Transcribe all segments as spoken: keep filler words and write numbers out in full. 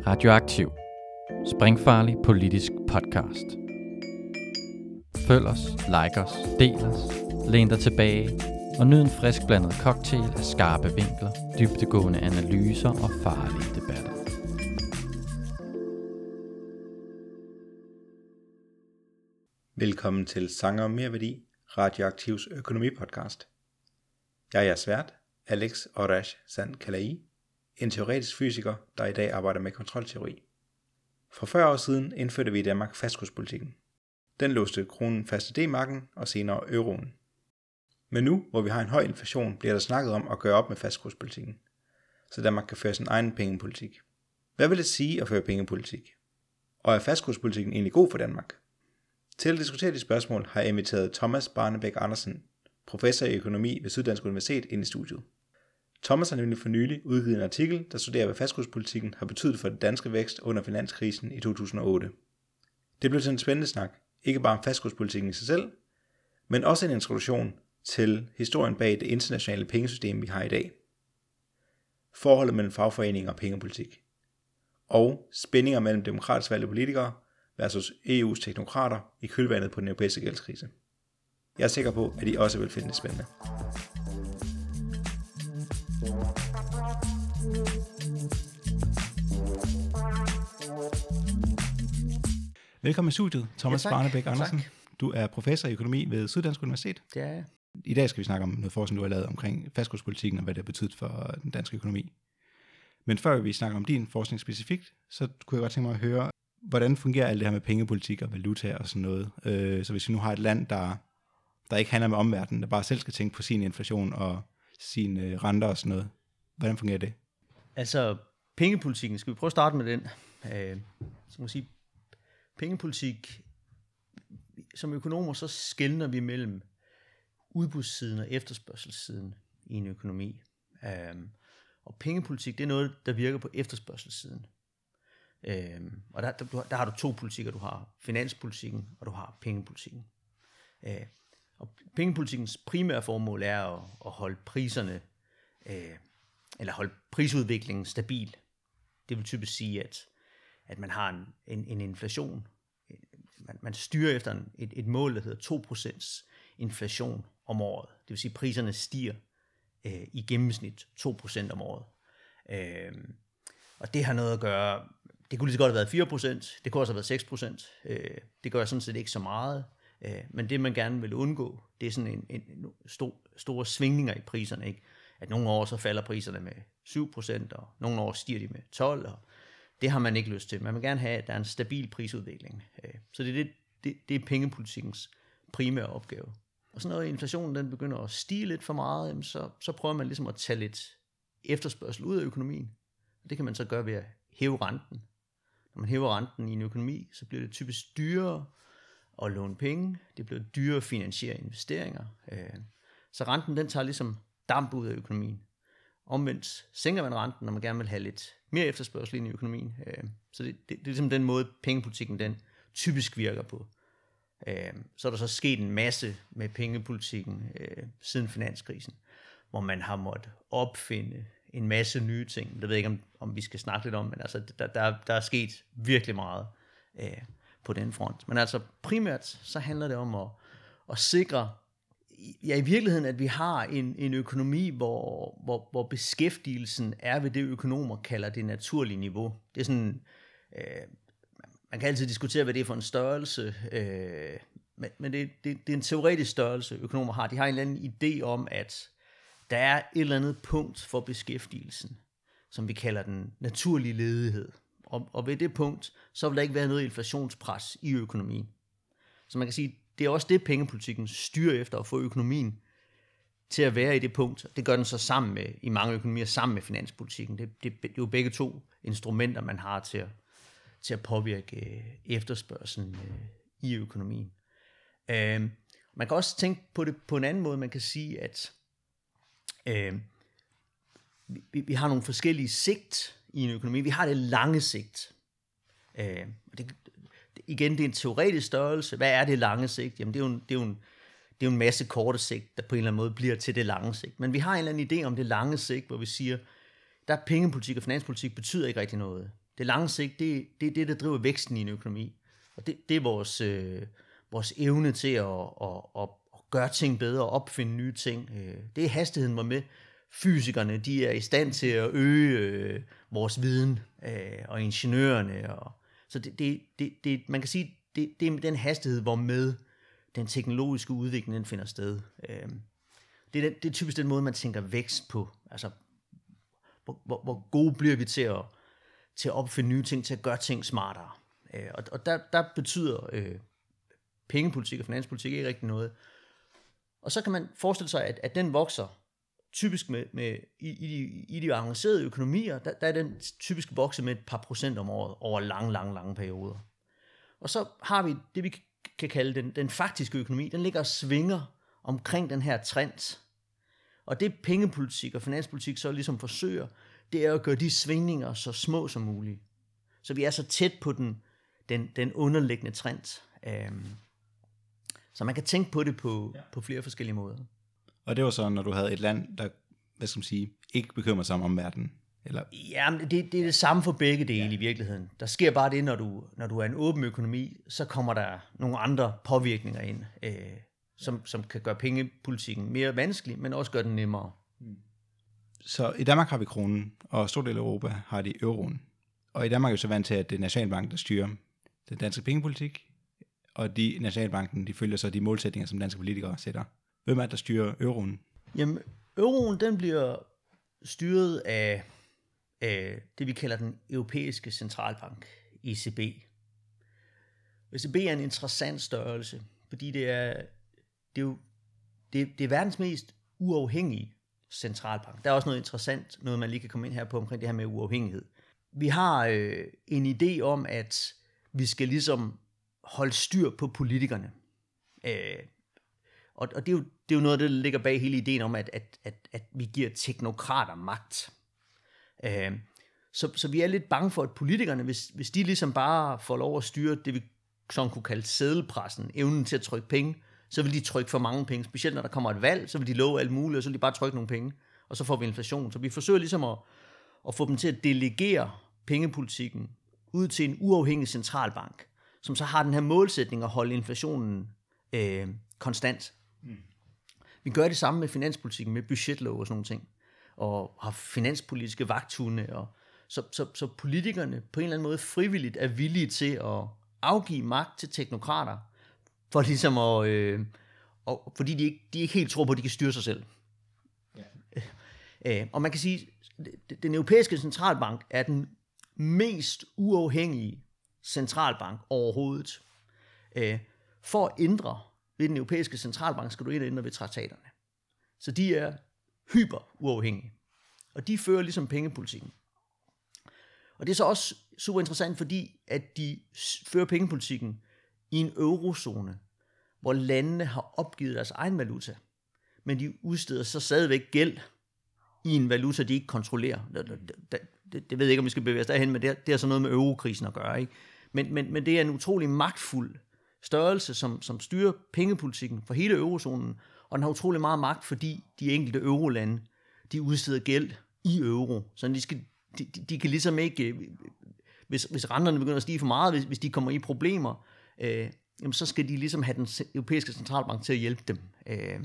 Radioaktiv. Springfarlig politisk podcast. Følg os, like os, del os, læn dig tilbage og nyd en frisk blandet cocktail af skarpe vinkler, dybdegående analyser og farlige debatter. Velkommen til Sanger om Merværdi, Radioaktivs økonomipodcast. Jeg er jeres vært, Alex Orash Sand-Kalai, en teoretisk fysiker, der i dag arbejder med kontrolteori. For fyrre år siden indførte vi i Danmark fastkurspolitikken. Den låste kronen fast i D-marken og senere euroen. Men nu, hvor vi har en høj inflation, bliver der snakket om at gøre op med fastkurspolitikken, så Danmark kan føre sin egen pengepolitik. Hvad vil det sige at føre pengepolitik? Og er fastkurspolitikken egentlig god for Danmark? Til at diskutere de spørgsmål har jeg inviteret Thomas Barnebæk Andersen, professor i økonomi ved Syddansk Universitet, ind i studiet. Thomas har nemlig for nylig udgivet en artikel, der studerer, hvad fastkurspolitikken har betydet for den danske vækst under finanskrisen i to tusind og otte. Det blev til en spændende snak, ikke bare om fastkurspolitikken i sig selv, men også en introduktion til historien bag det internationale pengesystem, vi har i dag. Forholdet mellem fagforeninger og pengepolitik. Og spændinger mellem demokratisk valgte politikere versus E U's teknokrater i kølvandet på den europæiske gældskrise. Jeg er sikker på, at I også vil finde det spændende. Velkommen i studiet, Thomas ja, Barnebæk Andersen. Tak. Du er professor i økonomi ved Syddansk Universitet. Det er jeg. I dag skal vi snakke om noget forskning, du har lavet omkring fastkurspolitikken og hvad det har betydet for den danske økonomi. Men før vi snakker om din forskning specifikt, så kunne jeg godt tænke mig at høre, hvordan fungerer alt det her med pengepolitik og valuta og sådan noget? Øh, så hvis vi nu har et land, der, der ikke handler med omverdenen, der bare selv skal tænke på sin inflation og sine renter og sådan noget, hvordan fungerer det? Altså, pengepolitikken, skal vi prøve at starte med den? Øh, så må jeg sige, pengepolitik, som økonomer, så skelner vi mellem udbudssiden og efterspørgselssiden i en økonomi. Øh, og pengepolitik, det er noget, der virker på efterspørgselssiden. Øhm, og der, der, der har du to politikker. Du har finanspolitikken, og du har pengepolitikken. Øh, og pengepolitikkens primære formål er at, at holde priserne, øh, eller holde prisudviklingen stabil. Det vil typisk sige, at, at man har en, en, en inflation. Man, man styrer efter en, et, et mål, der hedder to procent inflation om året. Det vil sige, at priserne stiger øh, i gennemsnit to procent om året. Øh, og det har noget at gøre. Det kunne lige så godt have været fire procent, det kunne også have været seks procent, øh, det gør sådan set ikke så meget, øh, men det man gerne vil undgå, det er sådan en, en, en stor, store svingninger i priserne, ikke? At nogle år så falder priserne med syv procent, og nogle år stiger de med tolv procent, og det har man ikke lyst til. Man vil gerne have, at der er en stabil prisudvikling, øh, så det er, det, det, det er pengepolitikkens primære opgave. Og så når inflationen den begynder at stige lidt for meget, jamen så, så prøver man ligesom at tage lidt efterspørgsel ud af økonomien, og det kan man så gøre ved at hæve renten. Når man hæver renten i en økonomi, så bliver det typisk dyrere at låne penge. Det bliver dyrere at finansiere investeringer. Så renten den tager ligesom damp ud af økonomien. Omvendt sænker man renten, når man gerne vil have lidt mere efterspørgsel ind i økonomien. Så det, det, det er ligesom den måde, pengepolitikken den typisk virker på. Så er der så sket en masse med pengepolitikken siden finanskrisen, hvor man har måttet opfinde en masse nye ting. Det ved jeg ikke, om, om vi skal snakke lidt om, men altså, der, der, der er sket virkelig meget øh, på den front. Men altså primært, så handler det om at, at sikre, ja i virkeligheden, at vi har en, en økonomi, hvor, hvor, hvor beskæftigelsen er ved det, økonomer kalder det naturlige niveau. Det er sådan, øh, man kan altid diskutere, hvad det er for en størrelse, øh, men, men det, det, det er en teoretisk størrelse, økonomer har. De har en eller anden idé om, at der er et eller andet punkt for beskæftigelsen, som vi kalder den naturlige ledighed. Og, og ved det punkt, så vil der ikke være noget inflationspres i økonomien. Så man kan sige, det er også det, pengepolitikken styrer efter, at få økonomien til at være i det punkt. Det gør den så sammen med, i mange økonomier, sammen med finanspolitikken. Det, det, det er jo begge to instrumenter, man har til at, til at påvirke efterspørgselen i økonomien. Øh, man kan også tænke på det på en anden måde. Man kan sige, at Øh, vi, vi har nogle forskellige sigt i en økonomi. Vi har det lange sigt. Øh, det, igen, det er en teoretisk størrelse. Hvad er det lange sigt? Jamen, det er jo en, det er jo en, det er jo en masse korte sigt, der på en eller anden måde bliver til det lange sigt. Men vi har en eller anden idé om det lange sigt, hvor vi siger, der er pengepolitik og finanspolitik betyder ikke rigtig noget. Det lange sigt, det er det, det, der driver væksten i en økonomi. Og det, det er vores, øh, vores evne til at, at, at, at gøre ting bedre og opfinde nye ting. Det er hastigheden, hvor med fysikerne de er i stand til at øge øh, vores viden, øh, og ingeniørerne. Og, så det, det, det, det, man kan sige, det, det er den hastighed, hvor med den teknologiske udvikling den finder sted. Øh, det, er den, det er typisk den måde, man tænker vækst på. Altså, hvor, hvor, hvor gode bliver vi til at, til at opfinde nye ting, til at gøre ting smartere. Øh, og og der, der betyder øh, pengepolitik og finanspolitik ikke rigtig noget. Og så kan man forestille sig, at, at den vokser typisk med, med i, i, de, i de avancerede økonomier, der, der er den typisk vokset med et par procent om året over lange, lange, lange perioder. Og så har vi det, vi kan kalde den, den faktiske økonomi, den ligger og svinger omkring den her trend. Og det pengepolitik og finanspolitik så ligesom forsøger, det er at gøre de svingninger så små som muligt. Så vi er så tæt på den, den, den underliggende trend. Um, så man kan tænke på det på, ja. på flere forskellige måder. Og det var så, når du havde et land, der, hvad skal man sige, ikke bekymrer sig om omverdenen? Eller? Jamen, det, det er det samme for begge dele ja. i virkeligheden. Der sker bare det, når du, når du er en åben økonomi, så kommer der nogle andre påvirkninger ind, øh, som, som kan gøre pengepolitikken mere vanskelig, men også gøre den nemmere. Så i Danmark har vi kronen, og stor del af Europa har de euroen. Og i Danmark er vi så vant til, at det er Nationalbanken, der styrer den danske pengepolitik, og de Nationalbanken, de følger så de målsætninger, som danske politikere sætter. Hvem er det, der styrer euroen? Jamen, euroen, den bliver styret af, af det, vi kalder den europæiske centralbank, E C B. E C B er en interessant størrelse, fordi det er, det er jo det, det er verdens mest uafhængige centralbank. Der er også noget interessant, noget man lige kan komme ind her på omkring det her med uafhængighed. Vi har øh, en idé om, at vi skal ligesom holde styr på politikerne. Øh, og og det, er jo, det er jo noget, der ligger bag hele ideen om, at, at, at, at vi giver teknokrater magt. Øh, så, så vi er lidt bange for, at politikerne, hvis, hvis de ligesom bare får lov at styre det, vi sådan kunne kalde seddelpressen, evnen til at trykke penge, så vil de trykke for mange penge. Specielt når der kommer et valg, så vil de love alt muligt, og så vil de bare trykke nogle penge, og så får vi inflation. Så vi forsøger ligesom at, at få dem til at delegere pengepolitikken ud til en uafhængig centralbank, som så har den her målsætning at holde inflationen øh, konstant. Mm. Vi gør det samme med finanspolitikken, med budgetlov og sådan nogle ting, og har finanspolitiske vagthunde, og så, så, så politikerne på en eller anden måde frivilligt er villige til at afgive magt til teknokrater, for ligesom at, øh, og, fordi de ikke, de ikke helt tror på, at de kan styre sig selv. Ja. Øh, og man kan sige, at den europæiske centralbank er den mest uafhængige centralbank overhovedet. Øh, for at ændre ved den europæiske centralbank, skal du ind og ændre ved traktaterne. Så de er hyper uafhængige. Og de fører ligesom pengepolitikken. Og det er så også super interessant, fordi at de fører pengepolitikken i en eurozone, hvor landene har opgivet deres egen valuta, men de udsteder så stadigvæk gæld i en valuta, de ikke kontrollerer. Det, det, det ved jeg ikke, om vi skal bevæge os derhen, men det, det er så noget med eurokrisen at gøre. Ikke? Men, men, men det er en utrolig magtfuld størrelse, som, som styrer pengepolitikken for hele eurozonen, og den har utrolig meget magt, fordi de enkelte eurolande, de udsteder gæld i euro, så de, skal, de, de kan ligesom ikke, hvis, hvis renterne begynder at stige for meget, hvis, hvis de kommer i problemer, øh, jamen så skal de ligesom have den europæiske centralbank til at hjælpe dem. Øh,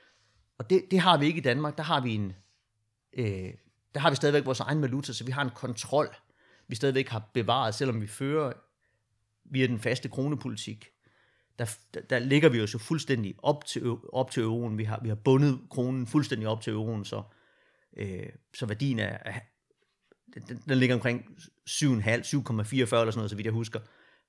og det, det har vi ikke i Danmark. Der har vi en, øh, der har vi stadigvæk vores egen valuta, så vi har en kontrol, vi stadigvæk har bevaret, selvom vi fører via den faste kronepolitik. Der, der, der ligger vi jo så fuldstændig op til, op til euroen. Vi har, vi har bundet kronen fuldstændig op til euroen, så, øh, så værdien er, er den, den ligger omkring syv komma fem, syv komma fireogfyrre eller sådan noget, så vidt jeg husker,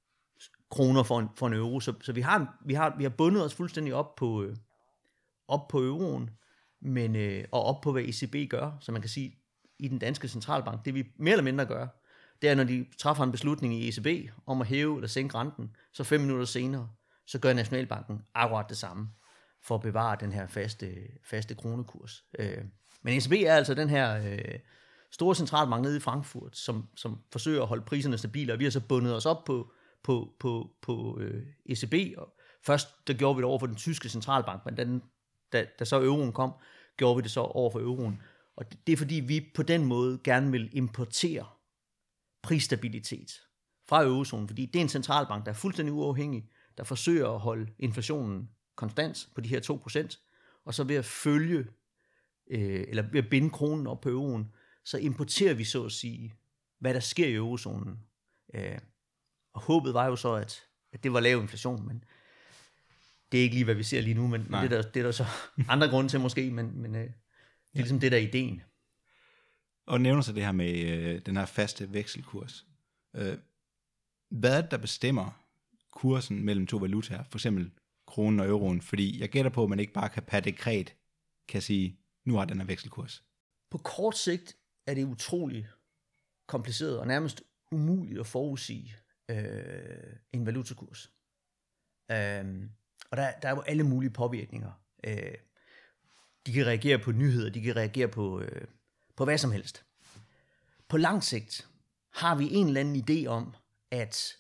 kroner for en, for en euro. Så, så vi, har, vi, har, vi har bundet os fuldstændig op på, øh, op på euroen, men, øh, og op på, hvad E C B gør. Så man kan sige, i den danske centralbank, det vi mere eller mindre gør, det er, når de træffer en beslutning i E C B om at hæve eller sænke renten, så fem minutter senere, så gør Nationalbanken akkurat det samme, for at bevare den her faste, faste kronekurs. Øh, men E C B er altså den her øh, store centralbank nede i Frankfurt, som, som forsøger at holde priserne stabile, og vi har så bundet os op på, på, på, på øh, E C B, og først der gjorde vi det over for den tyske centralbank, men den, da, da så euroen kom, gjorde vi det så over for euroen. Og det, det er fordi, vi på den måde gerne vil importere prisstabilitet fra eurozonen, fordi det er en centralbank, der er fuldstændig uafhængig, der forsøger at holde inflationen konstant på de her to procent, og så ved at følge, øh, eller ved at binde kronen op på euroen, så importerer vi så at sige, hvad der sker i eurozonen. Øh, og håbet var jo så, at, at det var lav inflation, men det er ikke lige, hvad vi ser lige nu, men, men det, er der, det er der så andre grunde til måske, men, men øh, det er ja. ligesom det, der er ideen. Og nævner så det her med øh, den her faste vekselkurs. Øh, hvad er det, der bestemmer kursen mellem to valutaer, for eksempel kronen og euroen? Fordi jeg gætter på, at man ikke bare kan per dekret kan sige, nu har den her vekselkurs. På kort sigt er det utroligt kompliceret og nærmest umuligt at forudsige øh, en valutakurs. Øh, og der, der er jo alle mulige påvirkninger. Øh, de kan reagere på nyheder, de kan reagere på, øh, på hvad som helst. På lang sigt har vi en eller anden idé om, at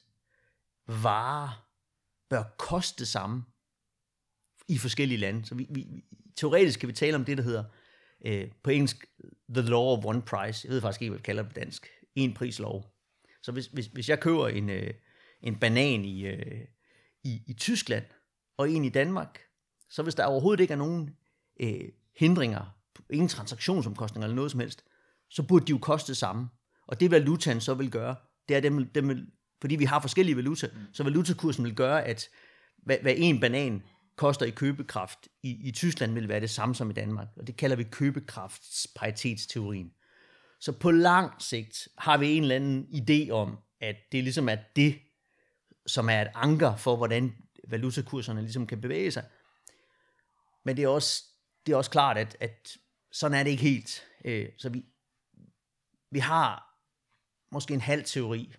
varer bør koste det samme i forskellige lande. Så vi, vi, teoretisk kan vi tale om det, der hedder øh, på engelsk the law of one price. Jeg ved faktisk ikke, hvad vi kalder det på dansk. En prislov. Så hvis, hvis, hvis jeg køber en, øh, en banan i, øh, i, i Tyskland og en i Danmark, så hvis der overhovedet ikke er nogen øh, hindringer, ingen transaktionsomkostninger eller noget som helst, så burde de jo koste det samme. Og det valutaen så vil gøre, det er dem, dem vil, fordi vi har forskellige valuta, så valutakursen vil gøre, at hvad, hvad en banan koster i købekraft i, i Tyskland, vil være det samme som i Danmark. Og det kalder vi købekraftsparitetsteorien. Så på lang sigt har vi en eller anden idé om, at det ligesom er det, som er et anker for, hvordan valutakurserne ligesom kan bevæge sig. Men det er også, det er også klart, at, at sådan er det ikke helt. Så vi, vi har måske en halv teori,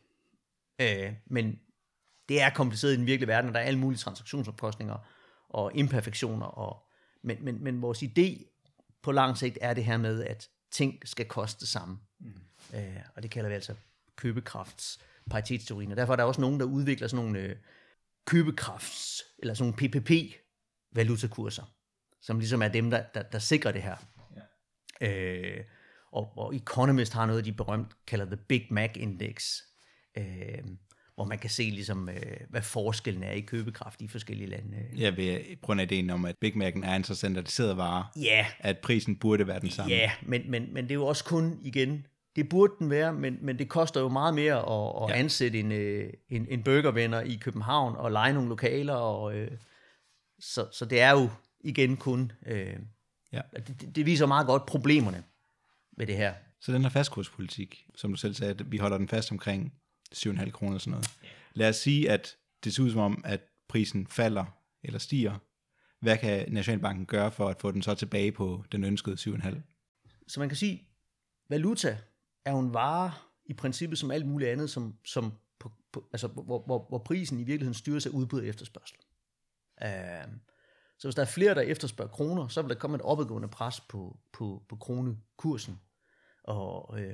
men det er kompliceret i den virkelige verden, og der er alle mulige transaktionsomkostninger og imperfektioner. Og, men, men, men vores idé på lang sigt er det her med, at ting skal koste det samme. Mm. Øh, og det kalder vi altså købekraftsparitetsteorien. Og derfor er der også nogen, der udvikler sådan nogle øh, købekrafts, eller sådan nogle P P P-valutakurser, som ligesom er dem, der, der, der sikrer det her. Ja. Øh, og, og Economist har noget, de berømt kalder The Big Mac Index, øh, hvor man kan se, ligesom, øh, hvad forskellen er i købekraft i forskellige lande. Ja, ved grund af ideen om, at Big Mac'en er en så standardiseret vare, ja. At prisen burde være den samme. Ja, men, men, men det er jo også kun, igen, det burde den være, men, men det koster jo meget mere at, at ja. ansætte en, en, en burgervender i København og leje nogle lokaler, og, øh, så, så det er jo igen kun, øh, ja. det, det viser meget godt problemerne ved det her. Så den her fastkurspolitik, som du selv sagde, at vi holder den fast omkring syv komma fem kroner og sådan noget. Lad os sige, at det ser ud som om, at prisen falder eller stiger. Hvad kan Nationalbanken gøre for at få den så tilbage på den ønskede syv komma fem? Så man kan sige, valuta er jo en vare i princippet som alt muligt andet, som, som på, på, altså, hvor, hvor, hvor prisen i virkeligheden styres af udbud og efterspørgsel. Uh, så hvis der er flere, der efterspørger kroner, så vil der komme et opadgående pres på, på, på kronekursen. Og, øh,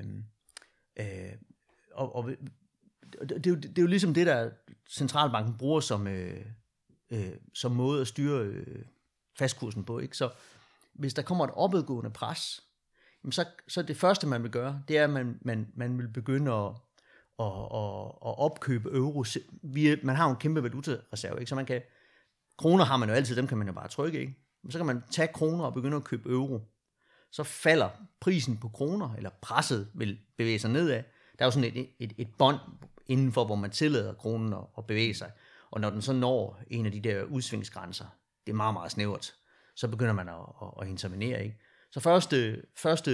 øh, og, og det, er jo, det er jo ligesom det, der centralbanken bruger som, øh, øh, som måde at styre øh, fastkursen på. Ikke? Så hvis der kommer et opadgående pres, jamen så, så det første, man vil gøre, det er, at man, man, man vil begynde at, at, at, at opkøbe euro. Man har jo en kæmpe valutareserve, ikke? Så man kan, kroner har man jo altid, dem kan man jo bare trykke, ikke? Men så kan man tage kroner og begynde at købe euro. Så falder prisen på kroner, eller presset vil bevæge sig nedad. Der er jo sådan et, et, et bånd indenfor, hvor man tillader kronen at, at bevæge sig. Og når den så når en af de der udsvingsgrænser, det er meget, meget snævert, så begynder man at, at, at intervenere, ikke? Så første, første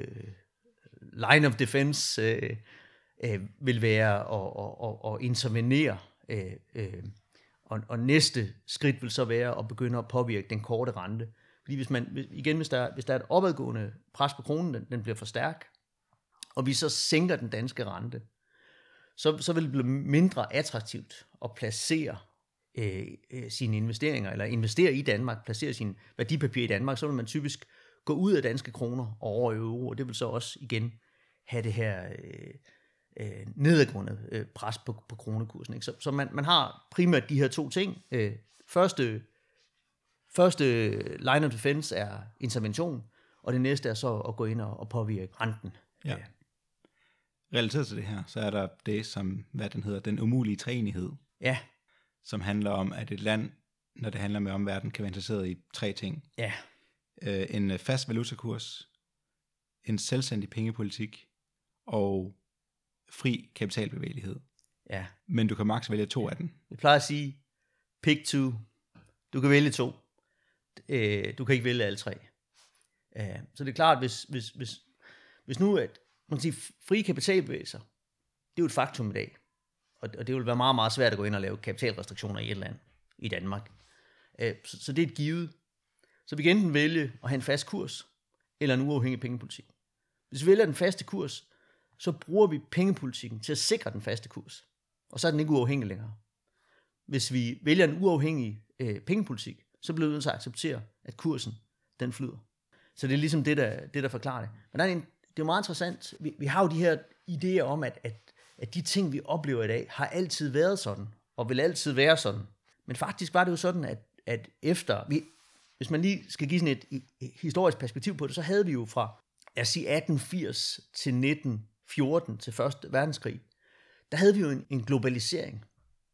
line of defense øh, øh, vil være at, at, at intervenere, øh, øh, og, og næste skridt vil så være at begynde at påvirke den korte rente. Fordi hvis man, igen, hvis der, hvis der er et opadgående pres på kronen, den, den bliver for stærk, og vi så sænker den danske rente, så, så vil det blive mindre attraktivt at placere øh, sine investeringer, eller investere i Danmark, placere sine værdipapirer i Danmark, så vil man typisk gå ud af danske kroner og over i euro, og det vil så også igen have det her øh, øh, nedadgående øh, pres på, på kronekursen. Ikke? Så, så man, man har primært de her to ting. Øh, første, første line of defense er intervention, og det næste er så at gå ind og, og påvirke renten. Ja. relateret til det her, så er der det, som, hvad den hedder, den umulige treenighed. Ja. Som handler om, at et land, når det handler med omverdenen, kan være interesseret i tre ting. Ja. Øh, en fast valutakurs, en selvstændig pengepolitik og fri kapitalbevægelighed. Ja. Men du kan maks vælge to af dem. Jeg plejer at sige, pick two. Du kan vælge to. Øh, du kan ikke vælge alle tre. Øh, så det er klart, hvis, hvis, hvis, hvis nu, at man kan sige, frie kapitalbevægelser, det er jo et faktum i dag. Og, og det vil være meget, meget svært at gå ind og lave kapitalrestriktioner i et land, i Danmark. Øh, så, så det er et givet. Så vi kan enten vælge at have en fast kurs, eller en uafhængig pengepolitik. Hvis vi vælger den faste kurs, så bruger vi pengepolitikken til at sikre den faste kurs. Og så er den ikke uafhængig længere. Hvis vi vælger en uafhængig øh, pengepolitik, så bliver vi nødt til at acceptere, at kursen, den flyder. Så det er ligesom det, der, det, der forklarer det. Men der er en, det er meget interessant. Vi, vi har jo de her idéer om, at, at, at de ting, vi oplever i dag, har altid været sådan, og vil altid være sådan. Men faktisk var det jo sådan, at, at efter, vi, hvis man lige skal give sådan et, et historisk perspektiv på det, så havde vi jo fra jeg siger atten firs til nitten fjorten til første verdenskrig, der havde vi jo en, en globalisering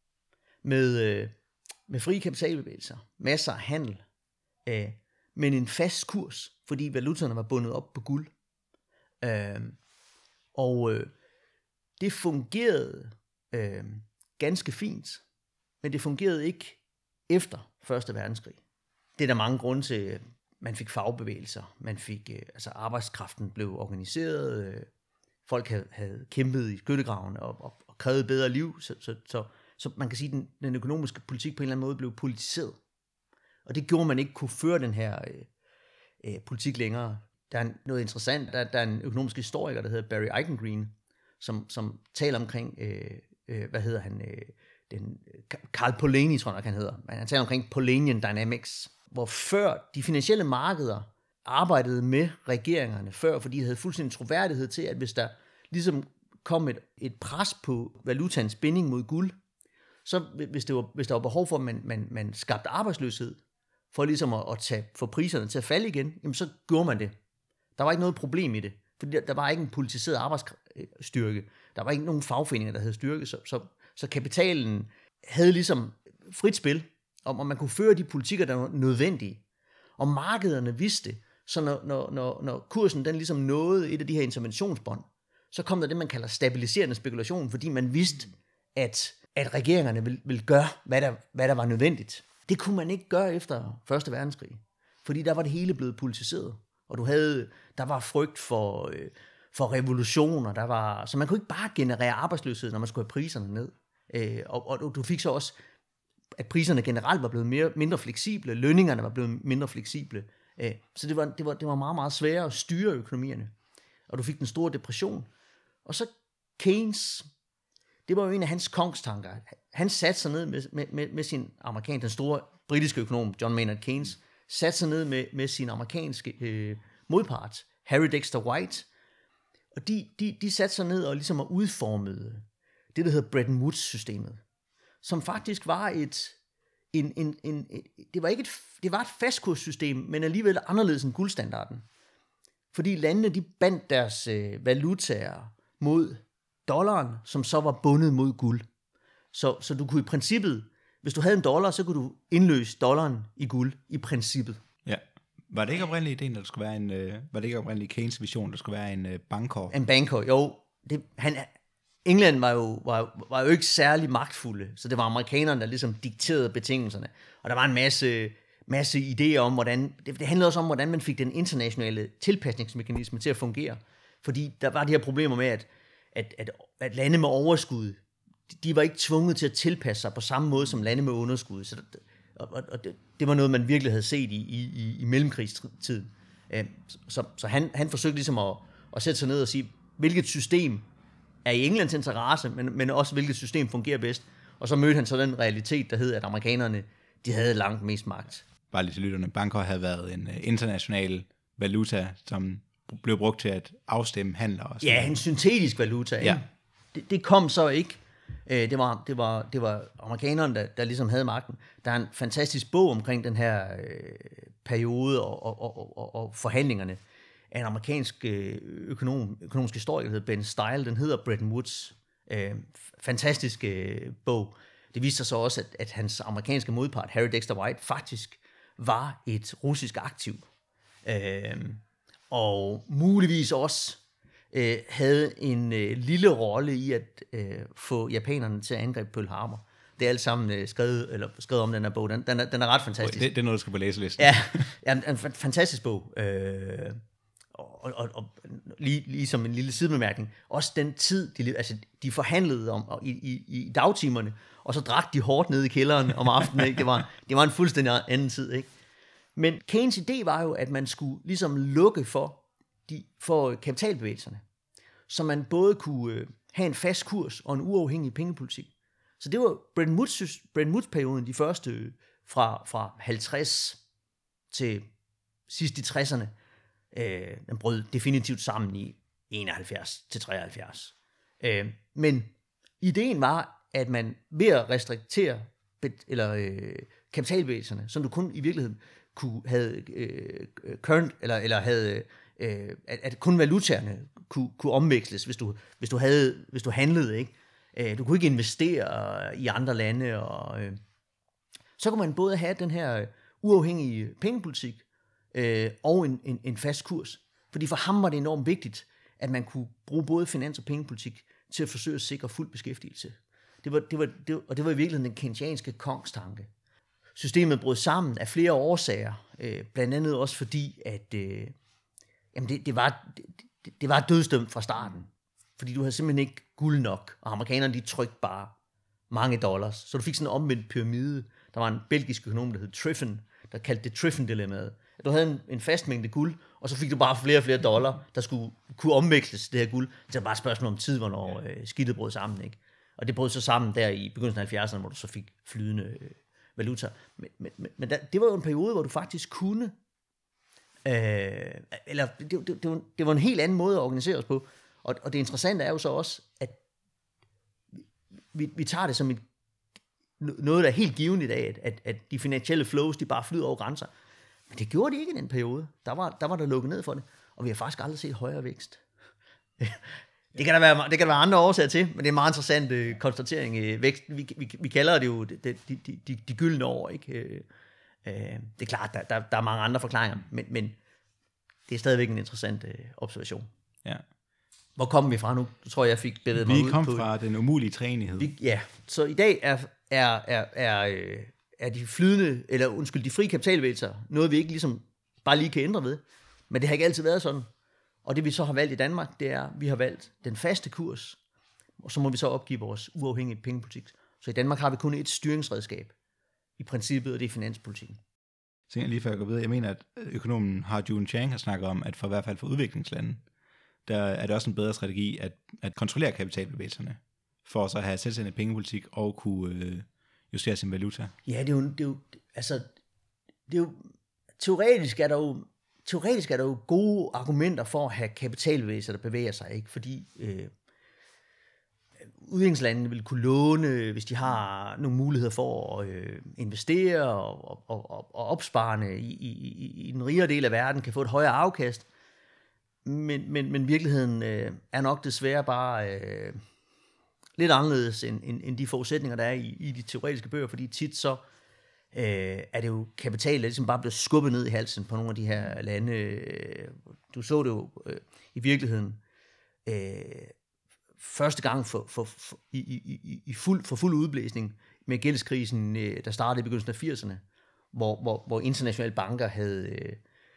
med, øh, med frie kapitalbevægelser, masser af handel, øh, men en fast kurs, fordi valutaerne var bundet op på guld. Øh, og øh, det fungerede øh, ganske fint, men det fungerede ikke efter første verdenskrig. Det er der mange grunde til. Man fik fagbevægelser, man fik, øh, altså arbejdskraften blev organiseret, øh, folk havde, havde kæmpet i skyttegraven og, og, og krævet bedre liv, så, så, så, så man kan sige, at den, den økonomiske politik på en eller anden måde blev politiseret. Og det gjorde, man ikke kunne føre den her øh, øh, politik længere. Der er noget interessant, der, der er en økonomisk historiker, der hedder Barry Eichengreen, som, som taler omkring, øh, øh, hvad hedder han, øh, den, Carl Polanyi, tror jeg, han hedder, men han taler omkring Polanyian Dynamics, hvor før de finansielle markeder arbejdede med regeringerne før, fordi de havde fuldstændig troværdighed til, at hvis der ligesom kom et, et pres på valutans binding mod guld, så hvis, det var, hvis der var behov for, at man, man, man skabte arbejdsløshed, for ligesom at, at tage, for priserne til at falde igen, jamen så gjorde man det. Der var ikke noget problem i det, fordi der, der var ikke en politiseret arbejdsstyrke, der var ikke nogen fagforeninger, der havde styrke, så, så, så kapitalen havde ligesom frit spil, om man kunne føre de politikker, der var nødvendige. Og markederne vidste det. Så når, når, når, når kursen den ligesom nåede et af de her interventionsbånd, så kom der det, man kalder stabiliserende spekulation, fordi man vidste, at, at regeringerne ville, ville gøre, hvad der, hvad der var nødvendigt. Det kunne man ikke gøre efter første verdenskrig. Fordi der var det hele blevet politiseret. Og du havde, der var frygt for, øh, for revolutioner. Der var, så man kunne ikke bare generere arbejdsløshed, når man skulle have priserne ned. Øh, og, og du fik så også at priserne generelt var blevet mere, mindre fleksible, lønningerne var blevet mindre fleksible. Så det var, det, var, det var meget, meget sværere at styre økonomierne. Og du fik den store depression. Og så Keynes, det var jo en af hans kongstanker. Han satte sig ned med, med, med, med sin amerikanske, den store britiske økonom, John Maynard Keynes, satte sig ned med, med sin amerikanske øh, modpart, Harry Dexter White. Og de, de, de satte sig ned og ligesom udformede det, der hedder Bretton Woods-systemet, som faktisk var et, en, en, en, et, det var ikke et, det var et fastkurssystem, men alligevel anderledes end guldstandarden. Fordi landene, de bandt deres øh, valutaer mod dollaren, som så var bundet mod guld. Så, så du kunne i princippet, hvis du havde en dollar, så kunne du indløse dollaren i guld, i princippet. Ja. Var det ikke oprindeligt ideen, at der skulle være en, øh, var det ikke oprindeligt Keynes vision, der skulle være en øh, bankor? En bankor, jo. Det, han, England var jo, var, var jo ikke særlig magtfulde, så det var amerikanerne, der ligesom dikterede betingelserne. Og der var en masse, masse idéer om, hvordan, det, det handlede også om, hvordan man fik den internationale tilpasningsmekanisme til at fungere. Fordi der var de her problemer med, at, at, at, at lande med overskud, de, de var ikke tvunget til at tilpasse sig på samme måde som lande med underskud. Så, og og det, det var noget, man virkelig havde set i, i, i mellemkrigstiden. Så, så han, han forsøgte ligesom at, at sætte sig ned og sige, hvilket system er i Englands interesse, men, men også hvilket system fungerer bedst. Og så mødte han så den realitet, der hed, at amerikanerne, de havde langt mest magt. Bare lige til lytterne, bankor havde været en international valuta, som blev brugt til at afstemme handler. Og ja, en syntetisk valuta. Ja. Det, det kom så ikke. Det var, det var, det var amerikanerne, der, der ligesom havde magten. Der er en fantastisk bog omkring den her øh, periode og, og, og, og, og forhandlingerne. af en amerikansk økonom, økonomisk historiker, der hedder Ben Style. Den hedder Bretton Woods. Øh, fantastisk øh, bog. Det viste sig så også, at, at hans amerikanske modpart, Harry Dexter White, faktisk var et russisk aktiv. Øh, og muligvis også øh, havde en øh, lille rolle i at øh, få japanerne til at angribe Pearl Harbor. Det er alt sammen øh, skrevet, eller skrevet om den her bog. Den, den, er, den er ret fantastisk. Det, det er noget, du skal på læselisten. Ja, ja en, en fantastisk bog. Øh, og og, og lige, lige som en lille sidebemærkning, også den tid, de, altså, de forhandlede om og i, i, i dagtimerne, og så drak de hårdt ned i kælderen om aftenen. Ikke? Det, var, det var en fuldstændig anden tid. Ikke? Men Keynes idé var jo, at man skulle ligesom lukke for, de, for kapitalbevægelserne, så man både kunne øh, have en fast kurs og en uafhængig pengepolitik. Så det var Bretton Woods, Bretton Woods-perioden, de første fra, fra halvtreds til sidst i tresserne. Øh, den brød definitivt sammen i enoghalvfjerds til treoghalvfjerds. Øh, men ideen var, at man ved at restriktere eller øh, kapitalbevægelserne, som du kun i virkeligheden kunne have øh, current eller eller havde øh, at, at kun valutaerne kunne, kunne omveksles, hvis du hvis du havde hvis du handlede, ikke. Øh, du kunne ikke investere i andre lande, og øh, så kunne man både have den her uafhængige pengepolitik øh, og en, en, en fast kurs. Fordi for ham var det enormt vigtigt, at man kunne bruge både finans- og pengepolitik til at forsøge at sikre fuld beskæftigelse. Det var, det var, det var, og det var i virkeligheden den keynesianske kongstanke. Systemet brød sammen af flere årsager, øh, blandt andet også fordi, at øh, jamen det, det, var, det, det var dødsdømt fra starten. Fordi du havde simpelthen ikke guld nok, og amerikanerne de trykte bare mange dollars. Så du fik sådan en omvendt pyramide. Der var en belgisk økonom, der hed Triffin, der kaldte det Triffin-dilemmaet. Du havde en, en fast mængde guld, og så fik du bare flere og flere dollar, der skulle kunne omveksles det her guld. Det var bare et spørgsmål om tid, hvornår øh, skidtet brød sammen. Ikke? Og det brød så sammen der i begyndelsen af halvfjerdserne, hvor du så fik flydende øh, valuta. Men, men, men der, det var jo en periode, hvor du faktisk kunne, øh, eller det, det, det, var, det var en helt anden måde at organisere os på. Og, og det interessante er jo så også, at vi, vi tager det som et, noget, der er helt givet i dag, at, at, at de finansielle flows, de bare flyder over grænser. Men det gjorde de ikke i den periode. Der var der, var der lukket ned for det, og vi har faktisk aldrig set højere vækst. Det kan der være, det kan der være andre årsager til, men det er en meget interessant øh, konstatering. Øh, vækst, vi, vi, vi kalder det jo de, de, de, de, de gyldne år. Ikke? Øh, øh, det er klart, der, der, der er mange andre forklaringer, men, men det er stadigvæk en interessant øh, observation. Ja. Hvor kommer vi fra nu? Du tror, jeg fik bevæget mig ud på... Vi kom fra den umulige træenighed. Vi, ja, så i dag er, er, er, er, er de flydende, eller undskyld, de frie kapitalbevægelser, noget vi ikke ligesom bare lige kan ændre ved. Men det har ikke altid været sådan. Og det vi så har valgt i Danmark, det er, at vi har valgt den faste kurs, og så må vi så opgive vores uafhængige pengepolitik. Så i Danmark har vi kun et styringsredskab i princippet, og det er finanspolitikken. Så lige før jeg går videre, jeg mener, at økonomen Ha-Joon Chang har snakket om, at for i hvert fald for udviklingslande, der er det også en bedre strategi at, at kontrollere kapitalbevægelserne, for så at have selvstændig pengepolitik og kunne øh, justere sin valuta. Ja, det er jo, det er jo, altså, det er jo, teoretisk er der jo, teoretisk er der jo gode argumenter for at have kapitalbevægelser, der bevæger sig, ikke? Fordi øh, udviklingslandene vil kunne låne, hvis de har nogle muligheder for at øh, investere og, og, og, og opsparende i, i, i den rigere del af verden, kan få et højere afkast. Men, men, men virkeligheden øh, er nok desværre bare øh, lidt anderledes end, end, end de forudsætninger, der er i, i de teoretiske bøger, fordi tit så øh, er det jo kapital, der ligesom bare bliver skubbet ned i halsen på nogle af de her lande. Du så det jo øh, i virkeligheden øh, første gang for, for, for, i, i, i fuld, for fuld udblæsning med gældskrisen, øh, der startede i begyndelsen af firserne, hvor, hvor, hvor internationale banker havde... Øh,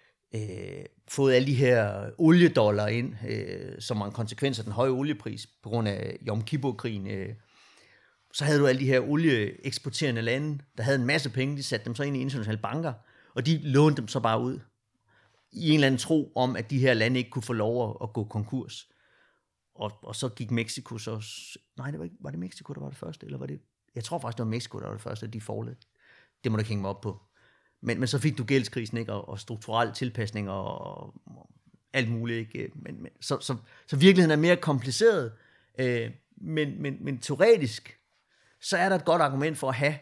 Øh, fået alle de her oliedollar ind, øh, som var en konsekvens af den høje oliepris på grund af Yom Kippur-krigen. Øh. Så havde du alle de her olieeksporterende lande, der havde en masse penge, de satte dem så ind i internationale banker, og de lånte dem så bare ud i en eller anden tro om, at de her lande ikke kunne få lov at, at gå konkurs. Og, og så gik Mexico så... Nej, det var, ikke, var det Mexico, der var det første? Eller var det... Jeg tror faktisk, det var Mexico, der var det første, de forled. Det må du ikke hænge mig op på. Men, men så fik du gældskrisen, ikke? Og, og strukturel tilpasning og, og alt muligt. Ikke? Men, men, så, så, så virkeligheden er mere kompliceret, øh, men, men, men teoretisk, så er der et godt argument for at have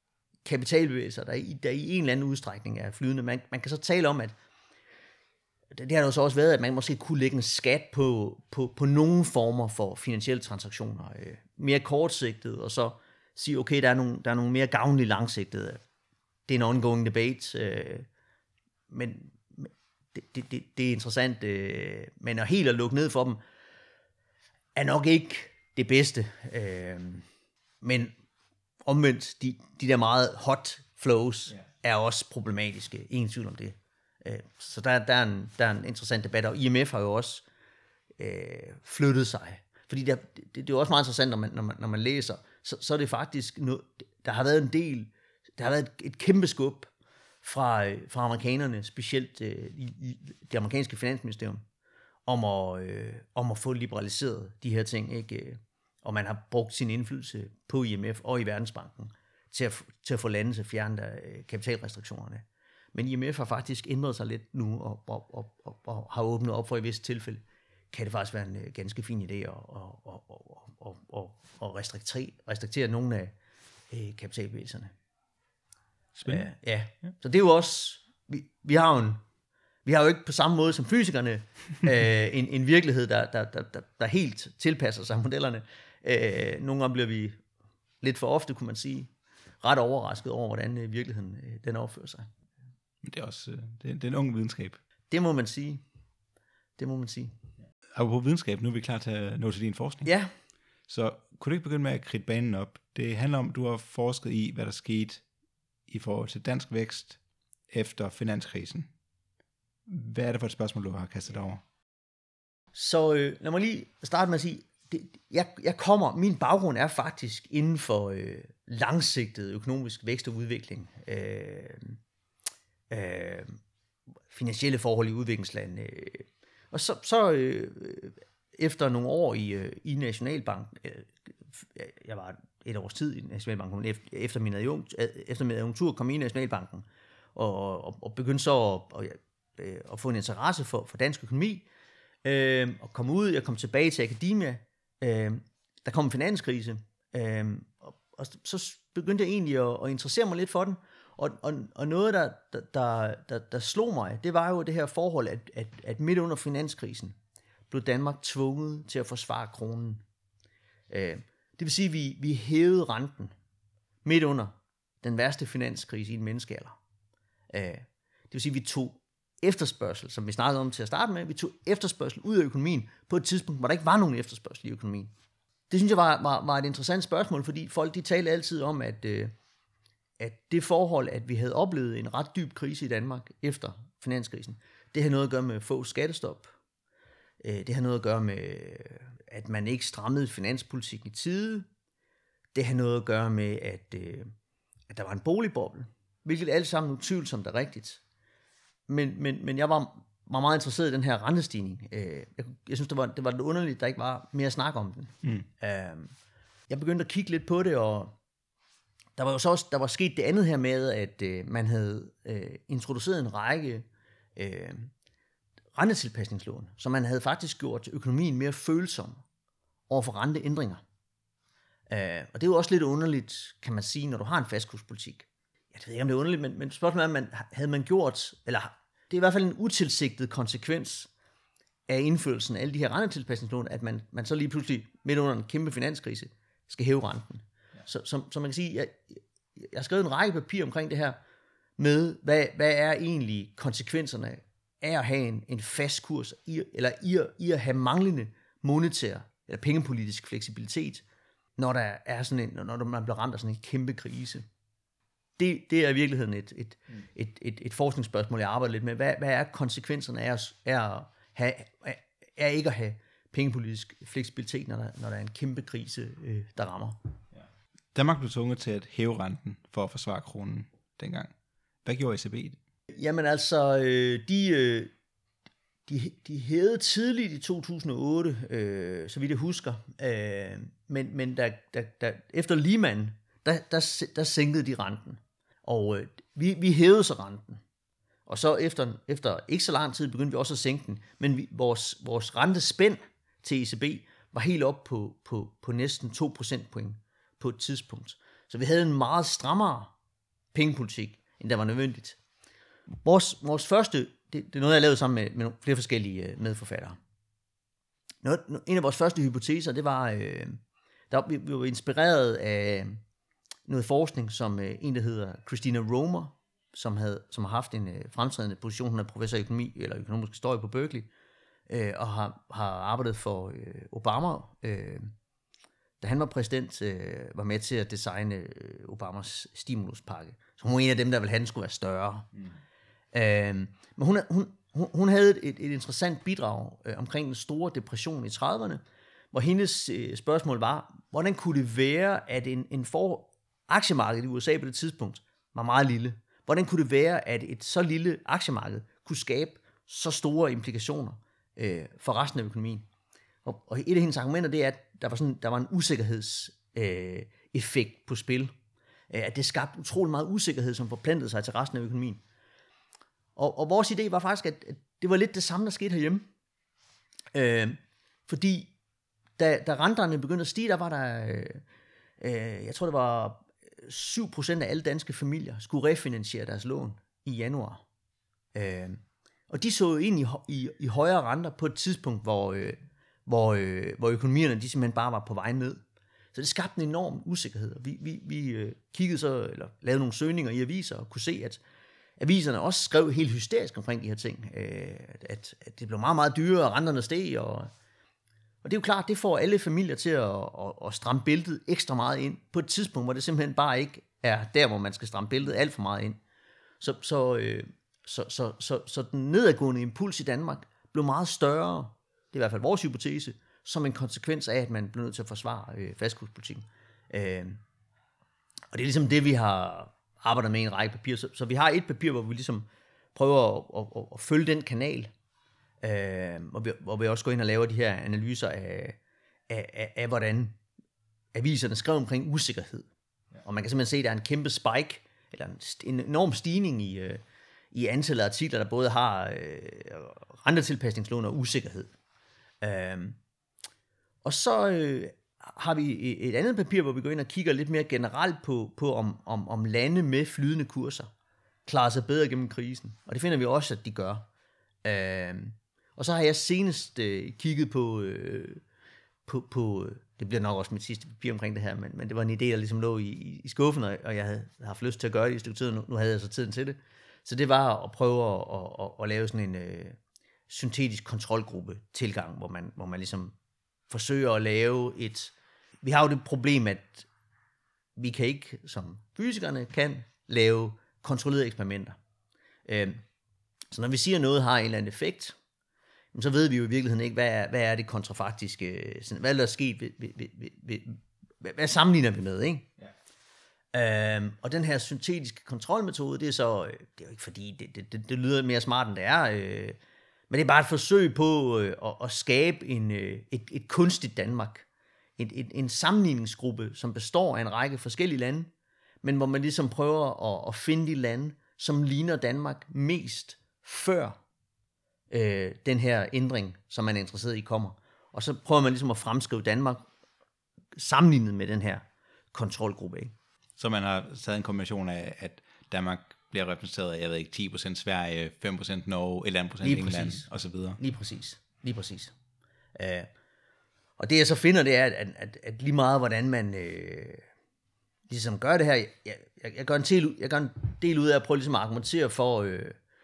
kapitalbevægelser, der i, der i en eller anden udstrækning er flydende. Man, man kan så tale om, at det har jo så også været, at man måske kunne lægge en skat på, på, på nogle former for finansielle transaktioner, øh, mere kortsigtet, og så sige, okay, der er nogle, der er nogle mere gavnlige langsigtede. Det er en ongoing debate, øh, men det, det, det, det er interessant, øh, men at helt at lukke ned for dem, er nok ikke det bedste. Øh, men omvendt, de, de der meget hot flows, yeah. er også problematiske, ingen tvivl om det. Så der, der, er en, der er en interessant debat, og I M F har jo også øh, flyttet sig. Fordi det, det, det er jo også meget interessant, når man, når man, når man læser, så, så er det faktisk, noget, der har været en del, der har været et, et kæmpe skub fra, fra amerikanerne, specielt øh, i, i det amerikanske finansministerium, om at, øh, om at få liberaliseret de her ting, ikke? Og man har brugt sin indflydelse på I M F og i Verdensbanken til at, til at få landet til at fjerne der, øh, kapitalrestriktionerne. Men I M F har faktisk ændret sig lidt nu, og, og, og, og, og har åbnet op for i visse tilfælde. Kan det faktisk være en uh, ganske fin idé at og, og, og, og, og, og restriktere, restriktere nogle af uh, kapitalbevægelserne. Spændende. Uh, ja, så det er jo også, vi, vi har jo en, vi har jo ikke på samme måde som fysikerne uh, en, en virkelighed, der, der, der, der, der helt tilpasser sig modellerne. Uh, nogle gange bliver vi lidt for ofte, kunne man sige, ret overrasket over, hvordan uh, virkeligheden uh, den opfører sig. Det er også det er, det er en ung videnskab. Det må man sige. Det må man sige. Og på videnskab, nu er vi klar til at nå til din forskning. Ja. Så kunne du ikke begynde med at kridte banen op? Det handler om, at du har forsket i, hvad der skete i forhold til dansk vækst efter finanskrisen. Hvad er det for et spørgsmål, du har kastet over? Så øh, lad mig lige starte med at sige, det, jeg, jeg kommer, min baggrund er faktisk inden for øh, langsigtet økonomisk vækst og udvikling. Øh, Øh, finansielle forhold i udviklingsland. Øh. Og så, så øh, efter nogle år i, øh, i Nationalbanken, øh, jeg var et års tid i Nationalbanken, efter, efter min adjunkt, efter min adjunktur kom i Nationalbanken, og, og, og begyndte så at, at, at få en interesse for, for dansk økonomi, øh, og kom ud, jeg kom tilbage til akademia, øh, der kom en finanskrise, øh, og, og så begyndte jeg egentlig at, at interessere mig lidt for den. Og, og, og noget, der, der, der, der slog mig, det var jo det her forhold, at, at, at midt under finanskrisen blev Danmark tvunget til at forsvare kronen. Øh, det vil sige, at vi, vi hævede renten midt under den værste finanskrise i en menneskealder. Øh, det vil sige, at vi tog efterspørgsel, som vi snakkede om til at starte med, vi tog efterspørgsel ud af økonomien på et tidspunkt, hvor der ikke var nogen efterspørgsel i økonomien. Det synes jeg var, var, var et interessant spørgsmål, fordi folk de talte altid om, at øh, at det forhold, at vi havde oplevet en ret dyb krise i Danmark efter finanskrisen, det har noget at gøre med få skattestop. Det har noget at gøre med, at man ikke strammede finanspolitikken i tide. Det har noget at gøre med, at, at der var en boligboble, hvilket alt sammen utvivlsomt er rigtigt. Men, men, men jeg var, var meget interesseret i den her rentestigning. Jeg, jeg synes, det var, det var lidt underligt, at der ikke var mere snak om den. Mm. Jeg begyndte at kigge lidt på det, og Der var jo så også, der var sket det andet her med, at øh, man havde øh, introduceret en række øh, rentetilpasningslån, så man havde faktisk gjort økonomien mere følsom over for renteændringer. Øh, og det er jo også lidt underligt, kan man sige, når du har en fastkurspolitik. Jeg ved ikke, om det er underligt, men, men spørgsmålet er, man, havde man gjort, eller det er i hvert fald en utilsigtet konsekvens af indførelsen af alle de her rentetilpasningslån, at man, man så lige pludselig midt under en kæmpe finanskrise skal hæve renten. Så, så, så man kan sige, jeg, jeg har skrevet en række papir omkring det her, med hvad, hvad er egentlig konsekvenserne af at have en, en fast kurs, i, eller i, i at have manglende monetær eller pengepolitisk fleksibilitet, når der er sådan en, når man bliver ramt af sådan en kæmpe krise. Det, det er i virkeligheden et, et, mm. et, et, et forskningsspørgsmål, jeg arbejder lidt med. Hvad, hvad er konsekvenserne af at, af at have, er ikke at have pengepolitisk fleksibilitet, når der, når der er en kæmpe krise, øh, der rammer? Danmark blev tvunget til at hæve renten for at forsvare kronen dengang. Hvad gjorde E C B? Jamen altså, de, de, de hævede tidligt i to tusind og otte, øh, så vidt jeg husker. Øh, men men der, der, der, efter Lehman, der, der, der sænkede de renten. Og øh, vi, vi hævede så renten. Og så efter, efter ikke så lang tid begyndte vi også at sænke den. Men vi, vores, vores rentespænd til E C B var helt op på, på, på næsten to procentpoint på et tidspunkt. Så vi havde en meget strammere pengepolitik, end der var nødvendigt. Vores, vores første det, det er noget, jeg har lavet sammen med, med nogle flere forskellige øh, medforfattere. Noget, en af vores første hypoteser, det var, øh, der, vi, vi var inspireret af noget forskning, som øh, en, der hedder Christina Romer, som, havde, som har haft en øh, fremtrædende position, hun er professor i økonomi, eller økonomisk historie på Berkeley, øh, og har, har arbejdet for øh, Obama, øh, da han var præsident, øh, var med til at designe øh, Obamas stimuluspakke. Så hun var en af dem, der ville have, den skulle være større. Mm. Øh, men hun, hun, hun, hun havde et, et interessant bidrag øh, omkring den store depression i trediverne, hvor hendes øh, spørgsmål var, hvordan kunne det være, at en, en for aktiemarked i U S A på det tidspunkt var meget lille. Hvordan kunne det være, at et så lille aktiemarked kunne skabe så store implikationer øh, for resten af økonomien? Og, og et af hendes argumenter, det er, at der var, sådan, der var en usikkerhedseffekt øh, på spil. At det skabte utrolig meget usikkerhed, som forplantede sig til resten af økonomien. Og, og vores idé var faktisk, at, at det var lidt det samme, der skete herhjemme. Øh, fordi da, da renterne begyndte at stige, der var der, øh, øh, jeg tror det var syv procent af alle danske familier skulle refinansiere deres lån i januar. Øh, og de så jo ind i, i, i højere renter på et tidspunkt, hvor, øh, hvor, øh, hvor økonomierne de simpelthen bare var på vej ned. Så det skabte en enorm usikkerhed. Vi, vi, vi øh, kiggede så, eller lavede nogle søgninger i aviser, og kunne se, at aviserne også skrev helt hysterisk omkring de her ting. Øh, at, at det blev meget, meget dyrere, og renterne steg. Og, og det er jo klart, det får alle familier til at, at, at stramme bæltet ekstra meget ind, på et tidspunkt, hvor det simpelthen bare ikke er der, hvor man skal stramme bæltet alt for meget ind. Så, så, øh, så, så, så, så den nedadgående impuls i Danmark blev meget større, det er i hvert fald vores hypotese, som en konsekvens af, at man blev nødt til at forsvare øh, fastkurspolitikken. Øh, og det er ligesom det, vi har arbejdet med i en række papirer. Så, så vi har et papir, hvor vi ligesom prøver at, at, at, at følge den kanal, øh, hvor, vi, hvor vi også går ind og laver de her analyser af, af, af, af hvordan aviserne skrev omkring usikkerhed. Ja. Og man kan simpelthen se, at der er en kæmpe spike, eller en, en enorm stigning i, øh, i antallet af artikler, der både har øh, rentetilpasningslån og usikkerhed. Øh, Og så øh, har vi et andet papir, hvor vi går ind og kigger lidt mere generelt på, på om, om, om lande med flydende kurser klarer sig bedre gennem krisen. Og det finder vi også, at de gør. Øh, og så har jeg senest øh, kigget på, øh, på, på, det bliver nok også mit sidste papir omkring det her, men, men det var en idé, der ligesom lå i, i skuffen, og jeg havde haft lyst til at gøre det i et stykke tid, og nu, nu havde jeg så tiden til det. Så det var at prøve at, at, at, at lave sådan en øh, syntetisk kontrolgruppe tilgang, hvor man, hvor man ligesom forsøger at lave et... Vi har jo det problem, at vi kan ikke, som fysikerne kan, lave kontrollerede eksperimenter. Så når vi siger, at noget har en eller anden effekt, så ved vi jo i virkeligheden ikke, hvad er, hvad er det kontrafaktiske, hvad er der sket, ved, ved, ved, ved, hvad sammenligner vi med, ikke? Ja. Øhm, og den her syntetiske kontrolmetode, det er så, det er jo ikke fordi, det, det, det, det lyder mere smart, end det er, øh, men det er bare et forsøg på øh, at, at skabe en, øh, et, et kunstigt Danmark. Et, et, en sammenligningsgruppe, som består af en række forskellige lande, men hvor man ligesom prøver at, at finde de lande, som ligner Danmark mest før øh, den her ændring, som man er interesseret i, kommer. Og så prøver man ligesom at fremskrive Danmark sammenlignet med den her kontrolgruppe. Ikke? Så man har taget en kombination af, at Danmark bliver repræsenteret af, jeg ved ikke, ti procent Sverige, fem procent Norge, et eller andet procent Lige England, præcis. og så videre. Lige præcis. Lige præcis. Uh, og det jeg så finder, det er, at, at, at lige meget, hvordan man øh, ligesom gør det her, jeg, jeg, jeg, gør en del, jeg gør en del ud af at prøve ligesom at argumentere for, øh,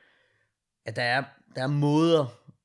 at der er, der er måder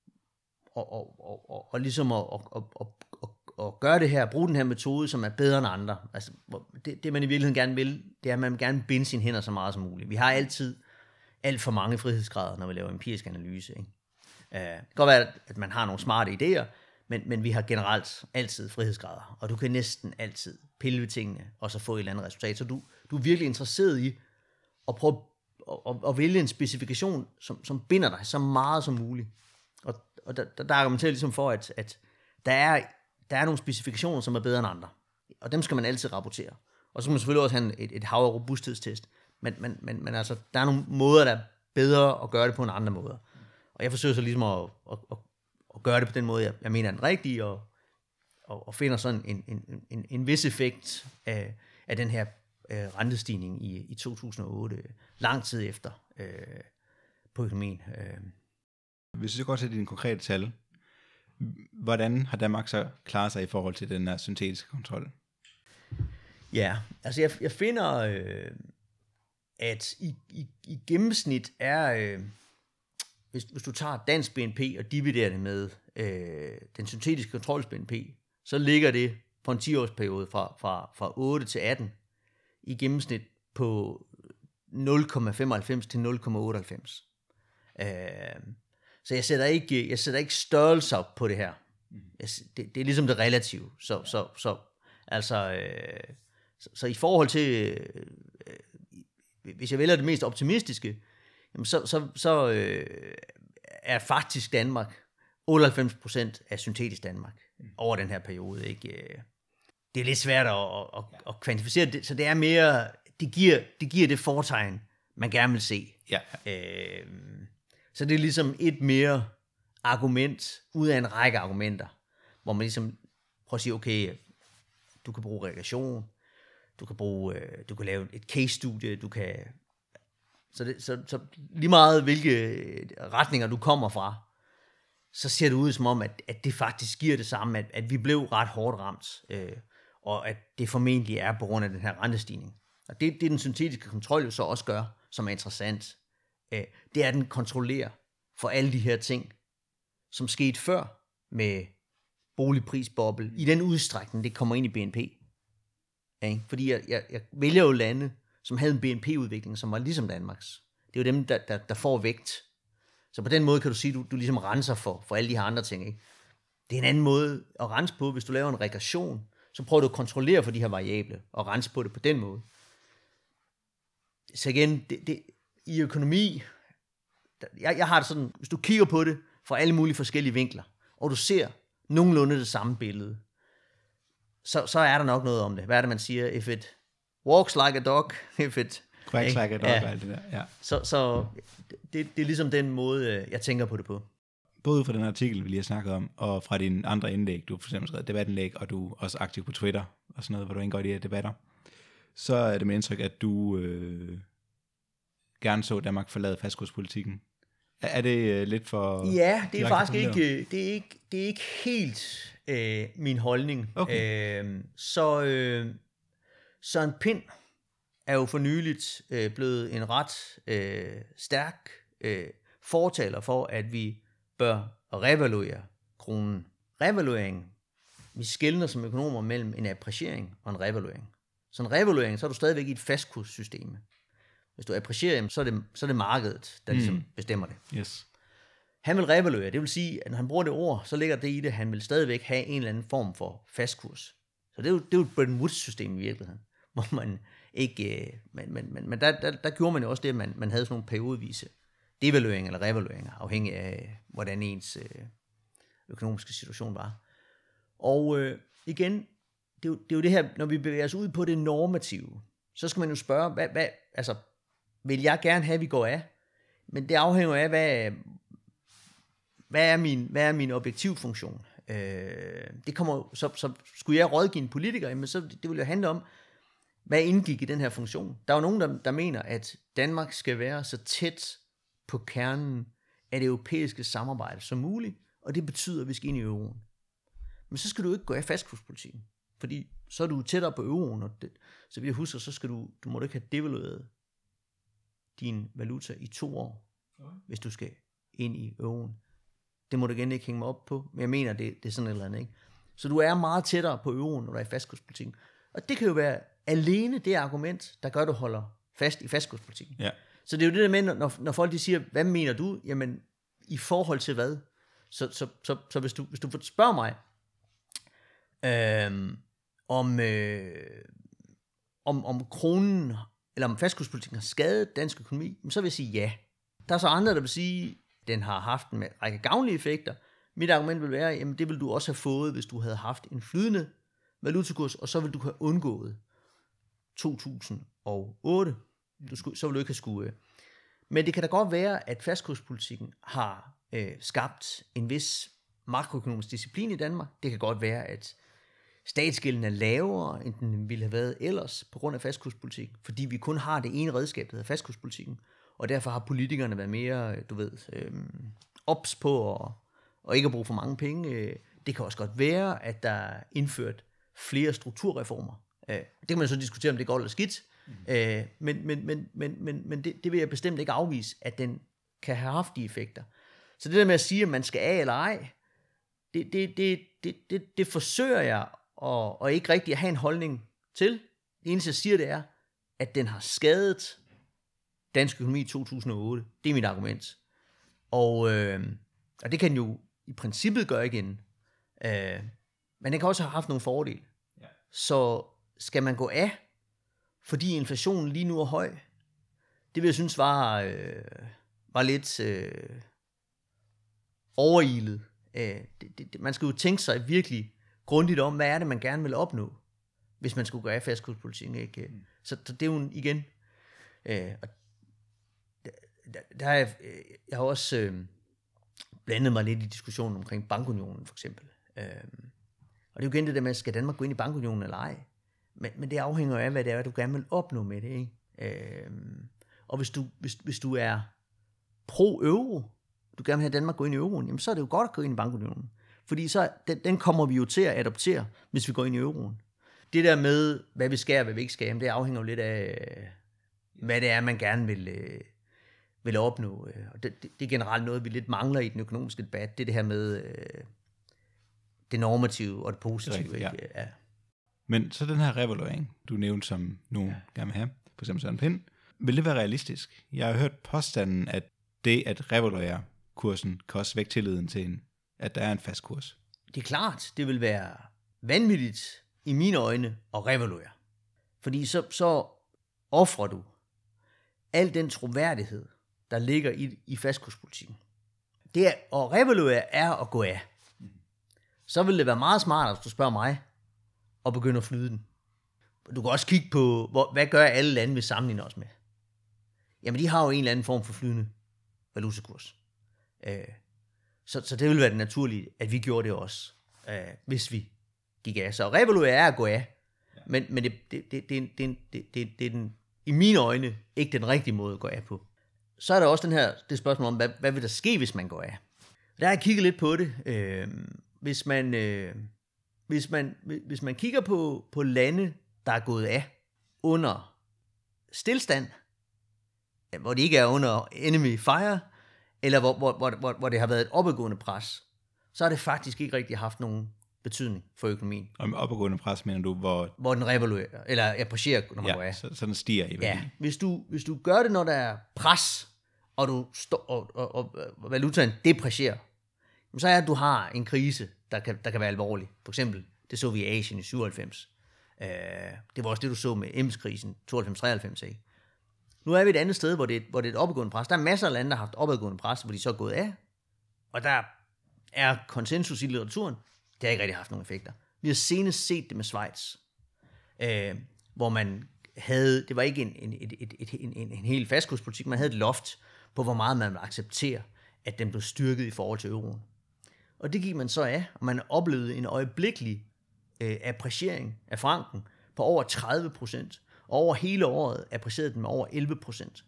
og, og, og, og, og ligesom at, og, og, og, og, at gøre det her, bruge den her metode, som er bedre end andre. Altså, det, det man i virkeligheden gerne vil, det er, at man vil gerne binde sine hænder så meget som muligt. Vi har altid alt for mange frihedsgrader, når vi laver empirisk analyse. Ikke? Uh, det kan godt være, at man har nogle smarte idéer, men, men vi har generelt altid frihedsgrader, og du kan næsten altid pille ved tingene, og så få et eller andet resultat. Så du, du er virkelig interesseret i at prøve at, at, at vælge en specifikation, som, som binder dig så meget som muligt. Og, og der, der argumenterer ligesom for, at, at der, er, der er nogle specifikationer, som er bedre end andre. Og dem skal man altid rapportere. Og så skal man selvfølgelig også have et, et hav af robusthedstest. Men, men, men, men altså, der er nogle måder, der er bedre at gøre det på en andre måder. Og jeg forsøger så ligesom at, at, at, at gøre det på den måde, jeg, jeg mener er den rigtige, og, og, og finder sådan en, en, en, en vis effekt af, af den her øh, rentestigning i, i to tusind og otte, lang tid efter øh, på økonomien. Øh. Hvis vi går til dine konkrete tal, hvordan har Danmark så klaret sig i forhold til den her syntetiske kontrol? Ja, altså jeg, jeg finder, øh, at i, i, i gennemsnit er, øh, hvis, hvis du tager dansk B N P og dividerer det med øh, den syntetiske kontrols B N P, så ligger det på en ti-årsperiode fra, fra, fra otte til atten i gennemsnit på nul komma femoghalvfems til nul komma otteoghalvfems. Øh, så jeg sætter ikke, jeg sætter ikke størrelser op på det her. Jeg, det, det er ligesom det relative. Så, så, så altså, øh, så, så i forhold til, øh, hvis jeg vælger det mest optimistiske, jamen så, så, så øh, er faktisk Danmark otteoghalvfems procent af syntetisk Danmark over den her periode. Ikke? Det er lidt svært at, at, at kvantificere det, så det er mere, det giver det, giver det fortegn, man gerne vil se. Ja. Øh, så det er ligesom et mere argument ud af en række argumenter, hvor man ligesom prøver at sige, okay, du kan bruge regression, du kan bruge, du kan lave et case-studie, du kan, så, det, så, så lige meget hvilke retninger du kommer fra, så ser det ud som om, at, at det faktisk giver det samme, at, at vi blev ret hårdt ramt, øh, og at det formentlig er på grund af den her rentestigning. Og det, det den syntetiske kontrol jo så også gør, som er interessant, øh, det er, at den kontrollerer for alle de her ting, som skete før med boligprisboble, i den udstrækning, det kommer ind i B N P. Ja, fordi jeg, jeg, jeg vælger jo lande, som havde en B N P-udvikling, som var ligesom Danmarks. Det er jo dem, der, der, der får vægt. Så på den måde kan du sige, at du, du ligesom renser for, for alle de her andre ting. Ikke? Det er en anden måde at rense på, hvis du laver en regression, så prøver du at kontrollere for de her variable, og rense på det på den måde. Så igen, det, det, i økonomi, jeg, jeg har det sådan, hvis du kigger på det fra alle mulige forskellige vinkler, og du ser nogenlunde det samme billede, så, så er der nok noget om det. Hvad er det, man siger? If it walks like a dog, if it quacks like a dog, ja. Alt det der. Ja. Så, så det, det er ligesom den måde, jeg tænker på det på. Både fra den artikel, vi lige har snakket om, og fra dine andre indlæg, du har for eksempel skrevet debatindlæg, og du er også aktiv på Twitter, og sådan noget, hvor du indgår i de her debatter, så er det med indtryk, at du øh, gerne så Danmark forlade fastkurspolitikken. Er, er det øh, lidt for... Ja, det er faktisk ikke, det er ikke, det er ikke helt øh, min holdning. Okay. Øh, så øh, Søren Pind er jo for nyligt øh, blevet en ret øh, stærk øh, fortaler for, at vi bør revaluere kronen. Revaluering, vi skelner som økonomer mellem en appreciering og en revaluering. Så en revaluering, så er du stadigvæk i et fastkurssystem. Hvis du apprecierer, så er det, så er det markedet, der ligesom mm. bestemmer det. Yes. Han vil revaluere, det vil sige, at når han bruger det ord, så ligger det i det, at han vil stadigvæk have en eller anden form for fastkurs. Så det er jo, det er jo et Bretton Woods-system i virkeligheden, hvor man ikke, men, men, men, men der, der, der gjorde man jo også det, at man, man havde sådan nogle periodevise devalueringer eller revalueringer, afhængig af, hvordan ens øh, økonomiske situation var. Og øh, igen, det er, jo, det er jo det her, når vi bevæger os ud på det normative, så skal man jo spørge, hvad, hvad, altså, vil jeg gerne have, at vi går af? Men det afhænger af, hvad, hvad, er, min, hvad er min objektivfunktion? Øh, det kommer, så, så skulle jeg rådgive en politiker, men så det vil jo handle om, hvad indgik i den her funktion? Der er jo nogen, der, der mener, at Danmark skal være så tæt på kernen af det europæiske samarbejde som muligt, og det betyder, at vi skal ind i euroen. Men så skal du ikke gå af fastkurspolitikken, fordi så er du tættere på euroen, og det, så vidt jeg husker, så skal du, du må ikke have devalueret din valuta i to år, okay, hvis du skal ind i euroen. Det må du igen ikke hænge mig op på, men jeg mener, det, det er sådan et eller andet, ikke? Så du er meget tættere på euroen, når du er i fastkurspolitikken. Og det kan jo være alene det argument, der gør, at du holder fast i fastkurspolitikken. Ja. Så det er jo det der med, når, når folk de siger, hvad mener du? Jamen, i forhold til hvad? Så, så, så, så hvis, du, hvis du spørger mig, øh, om, øh, om, om kronen, eller om fastkurspolitikken har skadet dansk økonomi, så vil jeg sige ja. Der er så andre, der vil sige, at den har haft en række gavnlige effekter. Mit argument vil være, jamen det ville du også have fået, hvis du havde haft en flydende valutakurs, og så ville du have undgået to tusind og otte. Du skulle, så ville du ikke have skulle. Men det kan da godt være, at fastkurspolitikken har øh, skabt en vis makroøkonomisk disciplin i Danmark. Det kan godt være, at statsgælden er lavere, end den ville have været ellers, på grund af fastkurspolitikken, fordi vi kun har det ene redskab, der hedder fastkurspolitikken, og derfor har politikerne været mere, du ved, øh, ops på at, og ikke at bruge for mange penge. Øh, det kan også godt være, at der er indført flere strukturreformer. Øh, det kan man så diskutere, om det er godt eller skidt. Mm. Øh, men men, men, men, men, men det, det vil jeg bestemt ikke afvise, at den kan have haft de effekter. Så det der med at sige, at man skal af eller ej, det, det, det, det, det, det forsøger jeg at, at ikke rigtig at have en holdning til. Det eneste, jeg siger, det er, at den har skadet dansk økonomi i to tusind og otte. Det er mit argument. Og, øh, og det kan den jo i princippet gøre igen. Øh, men den kan også have haft nogle fordele. Ja. Så skal man gå af, fordi inflationen lige nu er høj? Det vil jeg synes var, øh, var lidt øh, overilet. Øh, det, det, man skal jo tænke sig virkelig grundigt om, hvad er det, man gerne vil opnå, hvis man skulle gå af fastkurspolitikken. Ikke? Mm. Så, så det er jo igen... Øh, og der, der er, jeg har også øh, blandet mig lidt i diskussionen omkring bankunionen for eksempel. Øh, og det er jo igen det der med, skal Danmark gå ind i bankunionen eller ej? Men, men det afhænger af, hvad det er, du gerne vil opnå med det. Ikke? Øh, og hvis du, hvis, hvis du er pro-euro, du gerne vil have Danmark gå ind i euroen, jamen så er det jo godt at gå ind i bankunionen. Fordi så, den, den kommer vi jo til at adoptere, hvis vi går ind i euroen. Det der med, hvad vi skal og hvad vi ikke skal, jamen det afhænger jo lidt af, hvad det er, man gerne vil... Øh, vil opnå. Og det, det, det er generelt noget, vi lidt mangler i den økonomiske debat. Det er det her med øh, det normative og det positive. Rigtigt, ja. Ikke? Ja. Men så den her revaluering, du nævnte, som nogen ja. gerne vil have, for eksempel Søren Pind, vil det være realistisk? Jeg har hørt påstanden, at det at revaluere kursen kan også vække tilliden til, en, at der er en fast kurs. Det er klart, det vil være vanvittigt i mine øjne at revaluere. Fordi så, så offrer du al den troværdighed, der ligger i, i fastkurspolitikken. Det er, at revaluere er at gå af. Så vil det være meget smartere, hvis du spørger mig, at begynde at flyde den. Du kan også kigge på, hvor, hvad gør alle lande, vi sammenligner os med? Jamen, de har jo en eller anden form for flydende valutakurs. Øh, så, så det vil være det naturlige, at vi gjorde det også, øh, hvis vi gik af. Så revaluere er at gå af. Men, men det, det, det, det, det, det, det, det er den, i mine øjne ikke den rigtige måde at gå af på. Så er der også den her, det spørgsmål om, hvad, hvad vil der ske, hvis man går af? Der har jeg kigget lidt på det. Øh, hvis, man, øh, hvis, man, hvis man kigger på, på lande, der er gået af under stilstand, hvor det ikke er under enemy fire, eller hvor, hvor, hvor, hvor, hvor det har været et opadgående pres, så har det faktisk ikke rigtig haft nogen betydning for økonomien. Og med opadgående pres mener du, hvor... Hvor den revaluerer, eller approcierer, når man ja, går af. Så, så den stiger i værdi. Ja, hvis du, hvis du gør det, når der er pres, og, du stå, og, og, og, og valutaen deprecierer, så er det, at du har en krise, der kan, der kan være alvorlig. For eksempel, det så vi i Asien i syvoghalvfems. Øh, det var også det, du så med E M S-krisen, tooghalvfems treoghalvfems. Ikke? Nu er vi et andet sted, hvor det, hvor det er et opadgående pres. Der er masser af lande, der har haft opadgående pres, hvor de så er gået af. Og der er konsensus i litteraturen. Det har ikke rigtig haft nogen effekter. Vi har senest set det med Schweiz, øh, hvor man havde, det var ikke en, en, et, et, et, en, en, en hel fastkurspolitik, man havde et loft på, hvor meget man ville acceptere, at den blev styrket i forhold til euroen. Og det gik man så af, og man oplevede en øjeblikkelig øh, appreciering af franken på over tredive procent. Og over hele året apprecierede den med over elleve procent.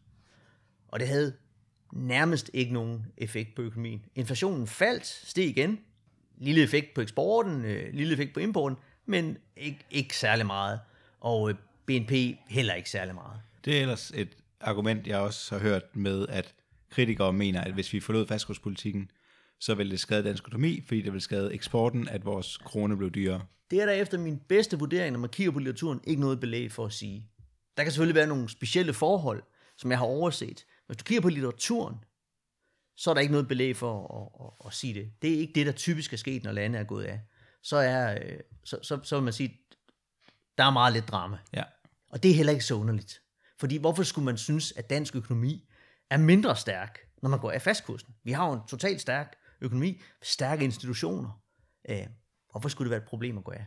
Og det havde nærmest ikke nogen effekt på økonomien. Inflationen faldt, steg igen. Lille effekt på eksporten, øh, lille effekt på importen, men ikke, ikke særlig meget. Og øh, B N P heller ikke særlig meget. Det er ellers et argument, jeg også har hørt med, at kritikere mener, at hvis vi forlod fastkurspolitikken, så ville det skade dansk økonomi, fordi det ville skade eksporten, at vores krone blev dyrere. Det er der efter min bedste vurdering, når man kigger på litteraturen, ikke noget belæg for at sige. Der kan selvfølgelig være nogle specielle forhold, som jeg har overset. Hvis du kigger på litteraturen, så er der ikke noget belæg for at, at, at sige det. Det er ikke det, der typisk er sket, når lande er gået af. Så, er, så, så, så vil man sige, der er meget lidt drama. Ja. Og det er heller ikke så underligt. Fordi hvorfor skulle man synes, at dansk økonomi er mindre stærk, når man går af fastkursen? Vi har jo en totalt stærk økonomi, stærke institutioner. Hvorfor skulle det være et problem at gå af?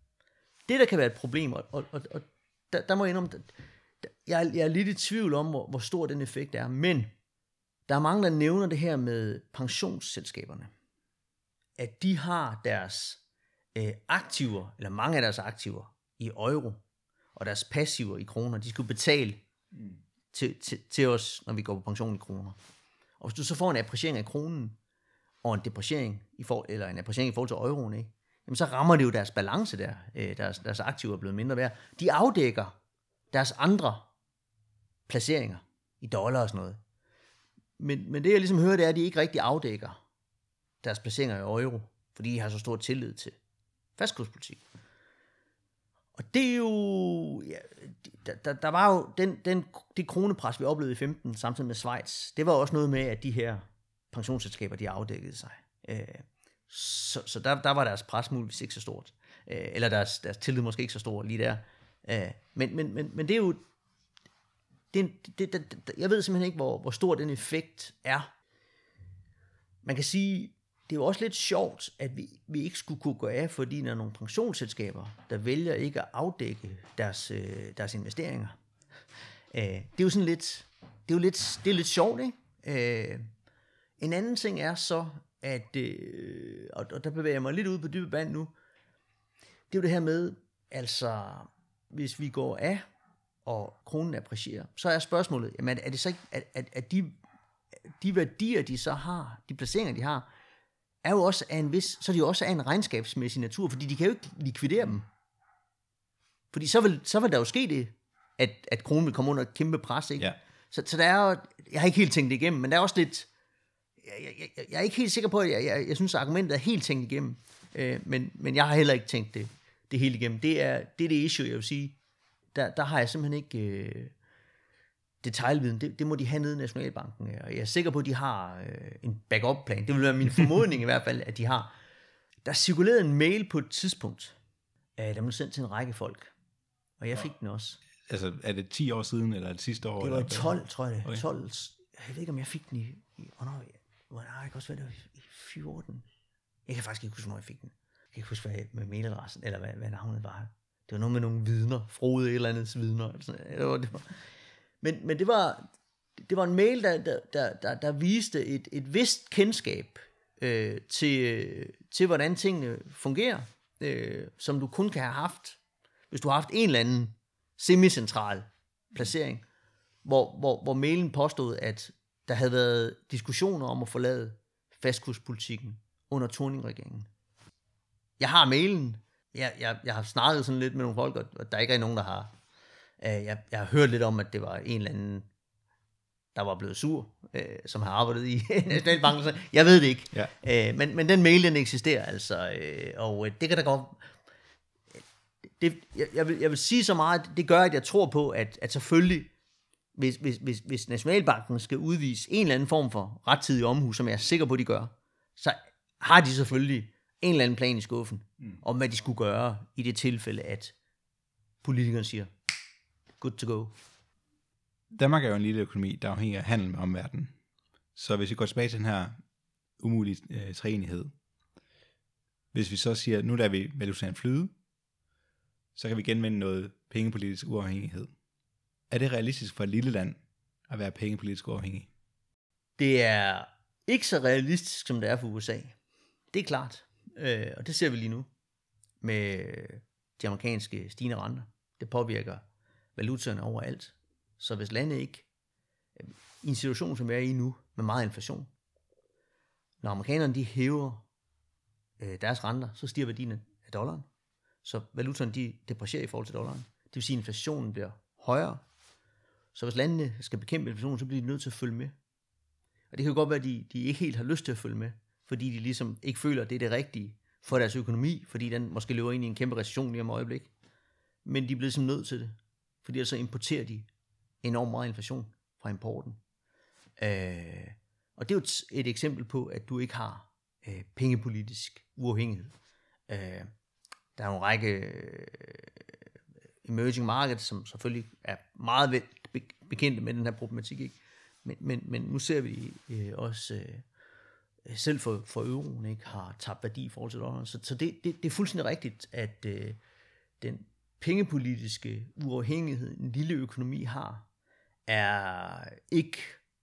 Det, der kan være et problem, og, og, og der, der må jeg indrømme, jeg, jeg er lidt i tvivl om, hvor, hvor stor den effekt er, men der er mange, der nævner det her med pensionsselskaberne. At de har deres øh, aktiver, eller mange af deres aktiver, i euro, og deres passiver i kroner, de skulle betale mm. til, til, til os, når vi går på pension i kroner. Og hvis du så får en appreciering af kronen, og en depreciering, i for, eller en appreciering i forhold til euroen, ikke? Jamen så rammer det jo deres balance der. Deres, deres aktiver er blevet mindre værd. De afdækker deres andre placeringer i dollar og sådan noget. Men, men det jeg ligesom hører, det er, at de ikke rigtig afdækker deres placeringer i euro, fordi de har så stor tillid til fastkurspolitik. Og det er jo, ja, der, der, der var jo den, den, det kronepres, vi oplevede i femten, samtidig med Schweiz, det var også noget med, at de her pensionsselskaber, de afdækkede sig. Øh, så så der, der var deres pres muligvis ikke så stort. Øh, eller deres, deres tillid måske ikke så stor lige der. Øh, men, men, men, men det er jo, det, det, det, det, jeg ved simpelthen ikke, hvor, hvor stor den effekt er. Man kan sige, det er jo også lidt sjovt, at vi, vi ikke skulle kunne gå af, fordi der er nogle pensionsselskaber, der vælger ikke at afdække deres, øh, deres investeringer. Øh, det er jo sådan lidt, det er jo lidt, det er lidt sjovt, ikke? Øh, en anden ting er så, at, øh, og, og der bevæger jeg mig lidt ud på dybe vand nu, det er jo det her med, altså, hvis vi går af, og kronen apprecierer, så er spørgsmålet, jamen er det så ikke, at, at, at de, de værdier, de så har, de placeringer, de har, er jo også af en vis, så er de jo også af en regnskabsmæssig natur, fordi de kan jo ikke likvidere dem. Fordi så vil, så vil der jo ske det, at, at kronen vil komme under et kæmpe pres, ikke? Ja. Så, så der er jo, jeg har ikke helt tænkt det igennem, men der er også lidt, jeg, jeg, jeg, jeg er ikke helt sikker på, at jeg, jeg, jeg synes, at argumentet er helt tænkt igennem, øh, men, men jeg har heller ikke tænkt det, det hele igennem. Det er, det er det issue, jeg vil sige. Der, der har jeg simpelthen ikke øh, detaljviden. Det, det må de have nede i Nationalbanken. Og jeg er sikker på, at de har øh, en backup-plan. Det vil være min formodning i hvert fald, at de har. Der cirkulerede en mail på et tidspunkt, øh, der blev sendt til en række folk. Og jeg fik den også. Altså, er det ti år siden, eller det sidste år? Det var i eller? tolv, tror jeg det. Okay. tolv, jeg ved ikke, om jeg fik den i... i hvornår, hvornår jeg kan også være, det var i fjorten. Jeg kan faktisk ikke huske, hvornår jeg fik den. Jeg kan ikke huske, hvad med mailadressen, eller hvad, hvad navnet var. Det var noget med nogle vidner, Frode et eller andet vidner. Det var, det var. Men, men det var det var en mail, der, der, der, der, der viste et, et vist kendskab øh, til, til, hvordan tingene fungerer, øh, som du kun kan have haft, hvis du har haft en eller anden semicentral placering, hvor, hvor, hvor mailen påstod, at der havde været diskussioner om at forlade fastkurspolitikken under Thorning-regeringen. Jeg har mailen. Jeg, jeg, jeg har snakket sådan lidt med nogle folk, og der ikke er nogen, der har... Øh, jeg, jeg har hørt lidt om, at det var en eller anden, der var blevet sur, øh, som har arbejdet i Nationalbanken. Jeg ved det ikke. Ja. Øh, men, men den mail, den eksisterer altså. Øh, og det kan da godt... Det, jeg, jeg, vil, jeg vil sige så meget, det gør, at jeg tror på, at, at selvfølgelig, hvis, hvis, hvis, hvis Nationalbanken skal udvise en eller anden form for rettidig omhu, som jeg er sikker på, de gør, så har de selvfølgelig en eller anden plan i skuffen, mm. om hvad de skulle gøre i det tilfælde, at politikerne siger, good to go. Danmark er jo en lille økonomi, der afhænger af handel med omverdenen. Så hvis vi går tilbage til den her umulige øh, træenighed, hvis vi så siger, nu lader vi valutaen flyde, så kan vi genvinde noget pengepolitisk uafhængighed. Er det realistisk for et lille land at være pengepolitisk uafhængig? Det er ikke så realistisk, som det er for U S A. Det er klart. Øh, og det ser vi lige nu med de amerikanske stigende renter. Det påvirker valutaerne overalt. Så hvis landet ikke, i en situation, som vi er i nu, med meget inflation, når amerikanerne de hæver øh, deres renter, så stiger værdien af dollaren. Så valutaerne de deprecierer i forhold til dollaren. Det vil sige, at inflationen bliver højere. Så hvis landene skal bekæmpe inflationen, så bliver de nødt til at følge med. Og det kan jo godt være, at de, de ikke helt har lyst til at følge med, fordi de ligesom ikke føler, at det er det rigtige for deres økonomi, fordi den måske løber ind i en kæmpe recession lige om øjeblik. Men de er blevet ligesom nødt til det, fordi ellers så importerer de enormt meget inflation fra importen. Øh, og det er jo et, et eksempel på, at du ikke har øh, pengepolitisk uafhængighed. Øh, der er en række øh, emerging markets, som selvfølgelig er meget vel bekendte med den her problematik, ikke? Men, men, men nu ser vi øh, også, øh, selv for, for euroen, ikke, har tabt værdi i forhold til dollaren. Så, så det, det, det er fuldstændig rigtigt, at øh, den pengepolitiske uafhængighed, en lille økonomi har, er ikke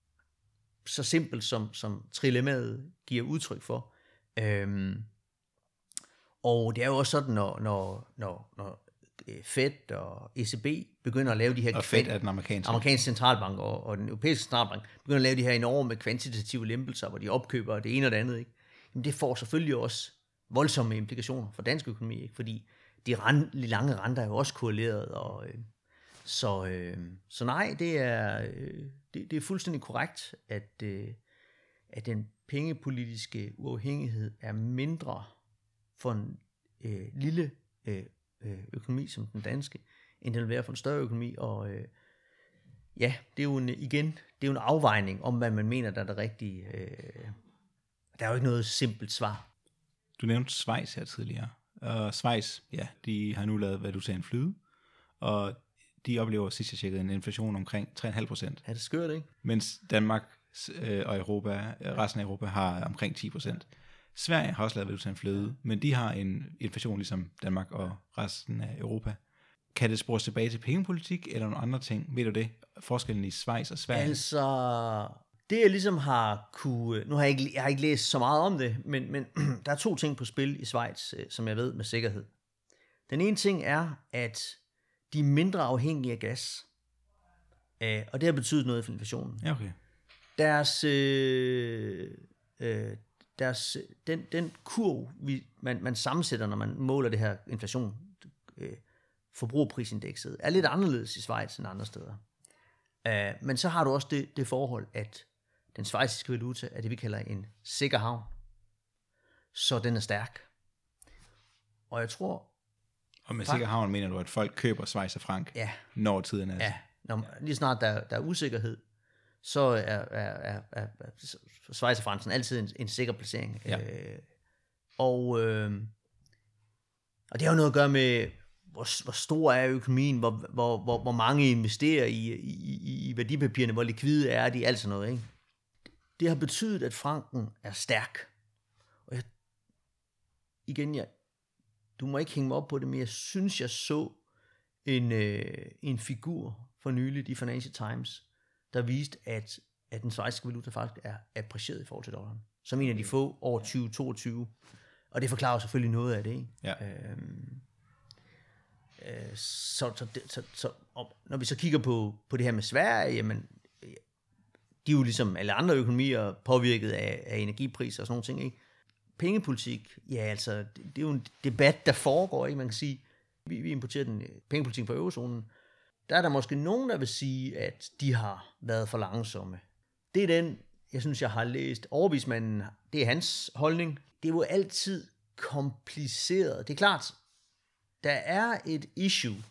så simpelt, som, som trilemmaet giver udtryk for. Øhm, og det er jo også sådan, når, når, når, når Fed og E C B begynder at lave de her... Og Fed er den amerikanske. Amerikanske centralbank og, og den europæiske centralbank begynder at lave de her enorme kvantitative lempelser, hvor de opkøber det ene og det andet, ikke? jamen det får selvfølgelig også voldsomme implikationer for dansk økonomi, ikke? Fordi de ren, lange renter er jo også korreleret, og øh, så, øh, så nej, det er, øh, det, det er fuldstændig korrekt, at, øh, at den pengepolitiske uafhængighed er mindre for en øh, lille øh, økonomi som den danske, end den vil være for en større økonomi, og øh, ja, det er jo en, igen, det er jo en afvejning om, hvad man mener, der er det rigtige. Øh, der er jo ikke noget simpelt svar. Du nævnte Schweiz her tidligere, og Schweiz, ja, de har nu lavet valutaen flyde, og de oplever sidst jeg tjekkede en inflation omkring tre komma fem procent. Er det skørt, ikke? Mens Danmark øh, og Europa, resten af Europa har omkring ti procent. Sverige har også lavet valutaen flyde, men de har en inflation ligesom Danmark og resten af Europa. Kan det spores tilbage til pengepolitik eller nogle andre ting? Ved du det? Forskellen i Schweiz og Sverige? Altså, det jeg ligesom har kunne... Nu har jeg ikke, jeg har ikke læst så meget om det, men, men der er to ting på spil i Schweiz, som jeg ved med sikkerhed. Den ene ting er, at de er mindre afhængige af gas. Og det har betydet noget for inflationen. Ja, okay. Deres... Øh, øh, deres den, den kurv, vi, man, man sammensætter, når man måler det her inflation, øh, forbrugerprisindekset, er lidt anderledes i Schweiz end andre steder. Uh, men så har du også det, det forhold, at den schweiziske valuta er det, vi kalder en sikker havn. Så den er stærk. Og jeg tror... Og med sikker havn mener du, at folk køber Schweizer franc, ja, når tiden er... Ja, når, lige snart der, der er usikkerhed, så er, er, er, er, er Schweizerfrancen altid en, en sikker placering. Ja. Øh, og, øh, og det har jo noget at gøre med, hvor, hvor stor er økonomien, hvor, hvor, hvor, hvor mange investerer i, i, i, i værdipapirerne, hvor likvide er de, alt sådan noget. Ikke? Det har betydet, at franken er stærk. Og jeg, igen, jeg, du må ikke hænge mig op på det, men jeg synes, jeg så en, øh, en figur for nyligt i Financial Times, der viste, at, at den schweiziske valuta faktisk er apprecieret i forhold til dollaren. Som en af de få over tyve toogtyve. Og det forklarer selvfølgelig noget af det. Ikke? Ja. Øhm, øh, så, så, så, så og når vi så kigger på, på det her med Sverige, jamen, de er jo ligesom alle andre økonomier påvirket af, af energipriser og sådan nogle ting. Ikke? Pengepolitik, ja altså, det, det er jo en debat, der foregår. Ikke? Man kan sige, vi, vi importerer den pengepolitik fra eurozonen. Der er der måske nogen, der vil sige, at de har været for langsomme. Det er den, jeg synes, jeg har læst. Overvismanden, det er hans holdning. Det er jo altid kompliceret. Det er klart, der er et issue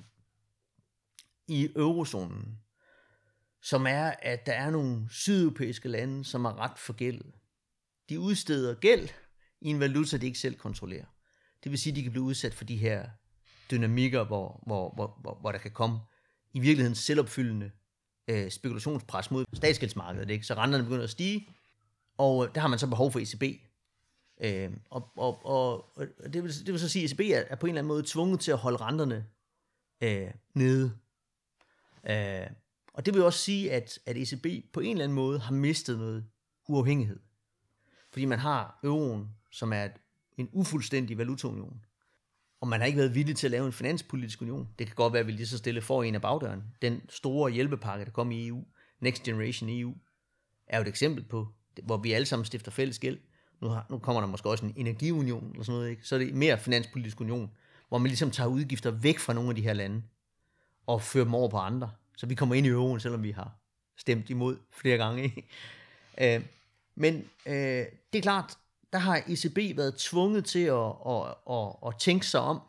i eurozonen, som er, at der er nogle sydeuropæiske lande, som er ret forgældet. De udsteder gæld i en valuta, de ikke selv kontrollerer. Det vil sige, at de kan blive udsat for de her dynamikker, hvor, hvor, hvor, hvor, hvor der kan komme i virkeligheden selvopfyldende øh, spekulationspres mod statsgældsmarkedet, ikke? Så renterne begynder at stige, og øh, der har man så behov for E C B. Øh, og og, og, og det, vil, det vil så sige, at E C B er, er på en eller anden måde tvunget til at holde renterne øh, nede. Øh, og det vil også sige, at, at E C B på en eller anden måde har mistet noget uafhængighed. Fordi man har euroen, som er en ufuldstændig valutaunion. Og man har ikke været villig til at lave en finanspolitisk union. Det kan godt være, at vi lige så stille får en af bagdøren. Den store hjælpepakke, der kom i E U, Next Generation E U, er jo et eksempel på, hvor vi alle sammen stifter fælles gæld. Nu, har, nu kommer der måske også en energiunion, eller sådan noget, ikke? Så er det mere finanspolitisk union, hvor man ligesom tager udgifter væk fra nogle af de her lande, og fører dem over på andre. Så vi kommer ind i euroen, selvom vi har stemt imod flere gange. Ikke? Øh, men øh, det er klart, der har E C B været tvunget til at, at, at, at tænke sig om.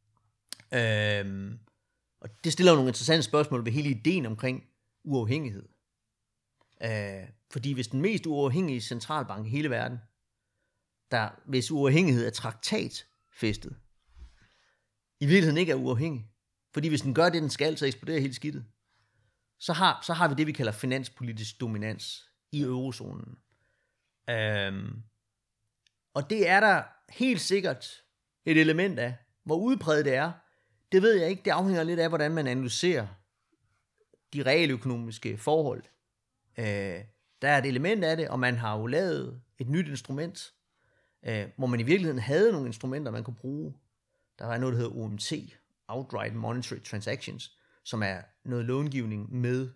Øhm, og det stiller jo nogle interessante spørgsmål ved hele ideen omkring uafhængighed. Øh, fordi hvis den mest uafhængige centralbank i hele verden, der hvis uafhængighed er traktatfæstet, i virkeligheden ikke er uafhængig, fordi hvis den gør det, den skal, så eksploderer helt skidtet, så har, så har vi det, vi kalder finanspolitisk dominans i eurozonen. Øhm, Og det er der helt sikkert et element af. Hvor udbredt det er, det ved jeg ikke. Det afhænger lidt af, hvordan man analyserer de realøkonomiske forhold. Øh, der er et element af det, og man har jo lavet et nyt instrument, øh, hvor man i virkeligheden havde nogle instrumenter, man kunne bruge. Der var noget, der hedder O M T, Outright Monetary Transactions, som er noget långivning med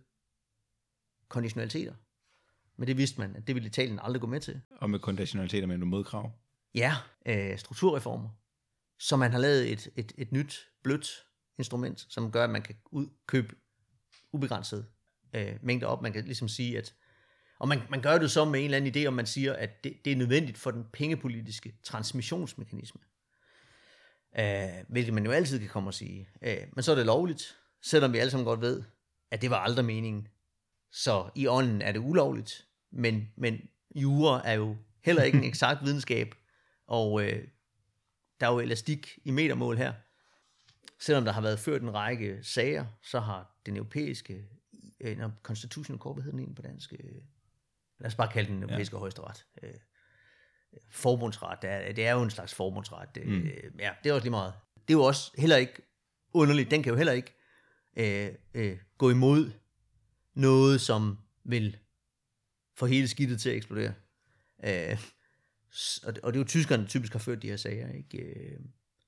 konditionaliteter. Men det vidste man, at det ville Italien aldrig gå med til. Og med konditionaliteter med nogle modkrav. ja, øh, strukturreformer, så man har lavet et, et, et nyt, blødt instrument, som gør, at man kan ud, købe ubegrænset øh, mængder op. Man kan ligesom sige, at og man, man gør det så med en eller anden idé, om man siger, at det, det er nødvendigt for den pengepolitiske transmissionsmekanisme. Øh, hvilket man jo altid kan komme og sige. Øh, men så er det lovligt, selvom vi alle sammen godt ved, at det var aldrig meningen. Så i ånden er det ulovligt, men, men jura er jo heller ikke en eksakt videnskab, og øh, der er jo elastik i metermål her. Selvom der har været ført en række sager, så har den europæiske øh, Constitutional Court, hvad hedder den egentlig på dansk? Øh, lad os bare kalde den europæiske ja. højesteret. Øh, forbundsret, det er, det er jo en slags forbundsret. Øh, mm. Ja, det er også lige meget. Det er jo også heller ikke underligt. Den kan jo heller ikke øh, øh, gå imod noget, som vil få hele skidtet til at eksplodere. Øh, og, det, og det er jo tyskerne, der typisk har ført de her sager, ikke? Øh,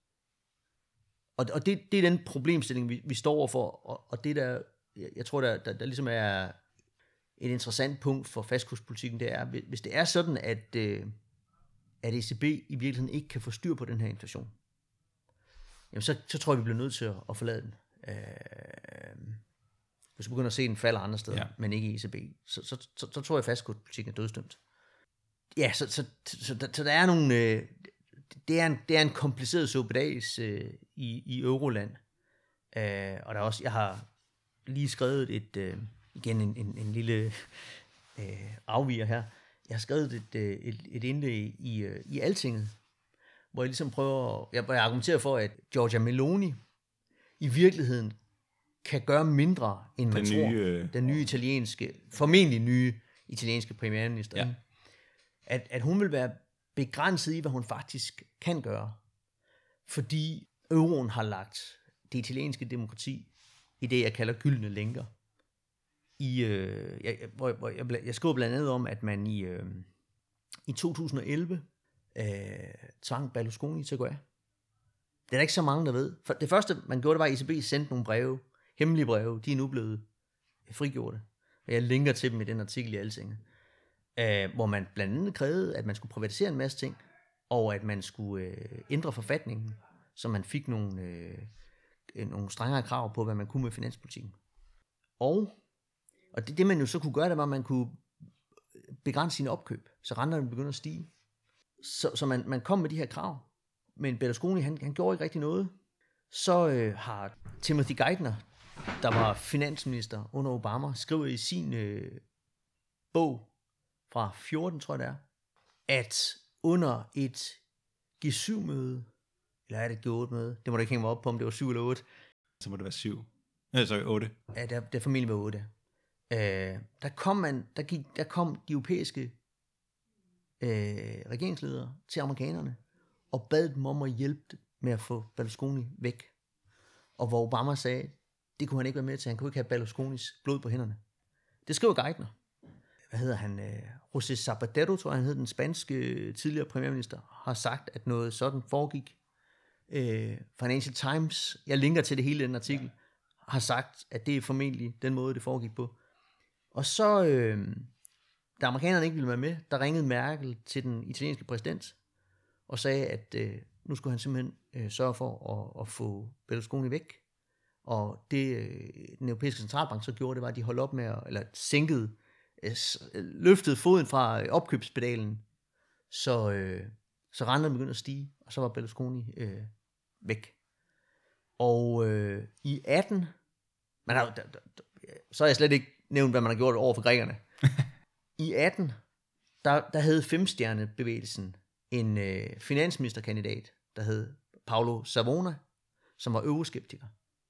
og og det, det er den problemstilling, vi, vi står overfor, og, og det der, jeg, jeg tror, der, der, der ligesom er et interessant punkt for fastkurspolitikken, det er, hvis det er sådan, at, øh, at E C B i virkeligheden ikke kan få styr på den her inflation, jamen så, så tror jeg, vi bliver nødt til at, at forlade den. Øh, hvis vi begynder at se den falde andre steder, ja. men ikke i E C B, så, så, så, så tror jeg, at fastkurspolitikken er dødsdømt. Ja, så, så, så, så, så der er nogle... Øh, det, er en, det er en kompliceret suppedas øh, i, i Euroland. Øh, og der er også... Jeg har lige skrevet et... Øh, igen en, en, en lille øh, afviger her. Jeg har skrevet et, øh, et, et indlæg i, øh, i Altinget, hvor jeg ligesom prøver... Jeg, jeg argumenterer for, at Giorgia Meloni i virkeligheden kan gøre mindre, end man den tror. Nye, den nye italienske... Formentlig nye italienske premierminister. Ja. At, at hun vil være begrænset i, hvad hun faktisk kan gøre. Fordi euroen har lagt det italienske demokrati i det, jeg kalder gyldne lænker. I, øh, jeg, hvor, hvor jeg, jeg skriver blandt andet om, at man i, øh, i to tusind og elleve øh, tvang Berlusconi til at gå af. Det er der ikke så mange, der ved. For det første, man gjorde, det var, at E C B sendte nogle breve, hemmelige breve, de er nu blevet frigjorte. Og jeg linker til dem i den artikel i Altinget. Uh, hvor man blandt andet krævede, at man skulle privatisere en masse ting, og at man skulle uh, ændre forfatningen, så man fik nogle, uh, nogle strengere krav på, hvad man kunne med finanspolitikken. Og, og det, det man jo så kunne gøre, det var, at man kunne begrænse sine opkøb, så renterne begyndte at stige. Så, så man, man kom med de her krav, men Berlusconi, han, han gjorde ikke rigtig noget. Så uh, har Timothy Geithner, der var finansminister under Obama, skrevet i sin uh, bog, fra fjorten, tror jeg det er, at under et G syv møde, eller er det G otte møde, det må du ikke hænge mig op på, om det var syv eller otte. Så må det være syv. Nej, så otte. Ja, det er formentlig var otte. Øh, der kom man, der gik, der kom de europæiske øh, regeringsledere til amerikanerne, og bad dem om at hjælpe med at få Berlusconi væk. Og hvor Obama sagde, det kunne han ikke være med til, han kunne ikke have Berlusconis blod på hænderne. Det skriver Geithner. Hvad hedder han? José Zapatero, tror jeg, han hed, den spanske tidligere premierminister, har sagt, at noget sådan foregik. Uh, Financial Times, jeg linker til det hele den artikel, ja. har sagt, at det er formentlig den måde, det foregik på. Og så, øh, da amerikanerne ikke ville være med, der ringede Merkel til den italienske præsident, og sagde, at øh, nu skulle han simpelthen øh, sørge for at, at få Berlusconi væk. Og det, øh, den europæiske centralbank så gjorde, det var, at de holdt op med, at, eller sænkede, løftede foden fra opkøbspedalen, så, øh, så renterne begyndte at stige, og så var Berlusconi øh, væk. Og øh, i atten, man har, der, der, der, så har jeg slet ikke nævnt, hvad man har gjort over for grækerne. I atten, der, der havde femstjernebevægelsen en øh, finansministerkandidat, der hed Paolo Savona, som var euroskeptiker.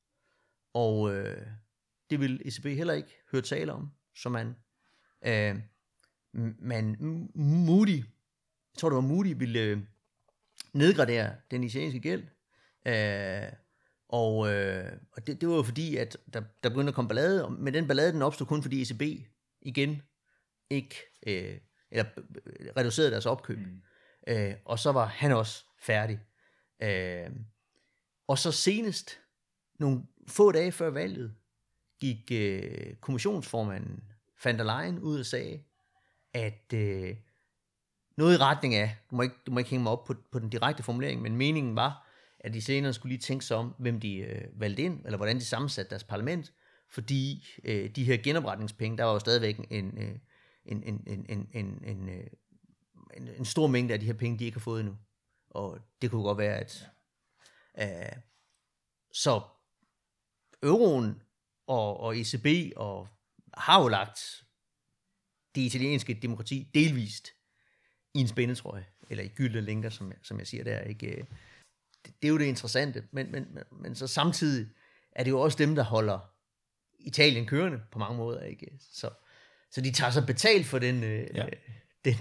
Og øh, det ville E C B heller ikke høre tale om, så man Uh, man Moody, jeg tror det var Moody, ville uh, nedgradere den italienske gæld, uh, og, uh, og det, det var jo fordi, at der, der begyndte at komme ballade, men den ballade den opstod kun fordi E C B igen ikke uh, eller reducerede deres opkøb, mm. uh, og så var han også færdig. Uh, og så senest, nogle få dage før valget, gik uh, kommissionsformanden van der Leyen ud og sagde, at øh, noget i retning af, du må ikke, du må ikke hænge mig op på, på den direkte formulering, men meningen var, at de senere skulle lige tænke sig om, hvem de øh, valgte ind, eller hvordan de sammensatte deres parlament, fordi øh, de her genopretningspenge, der var jo stadigvæk en, øh, en, en, en, en, en, en, øh, en, en stor mængde af de her penge, de ikke har fået endnu. Og det kunne godt være, at øh, så euroen og, og E C B og har jo lagt det italienske demokrati delvist i en spændetrøje, eller i gyldne lænker, som, som jeg siger der. Ikke? Det, det er jo det interessante, men, men, men, men så samtidig er det jo også dem, der holder Italien kørende på mange måder. Ikke? Så, så de tager sig betalt for den, ja. øh, den,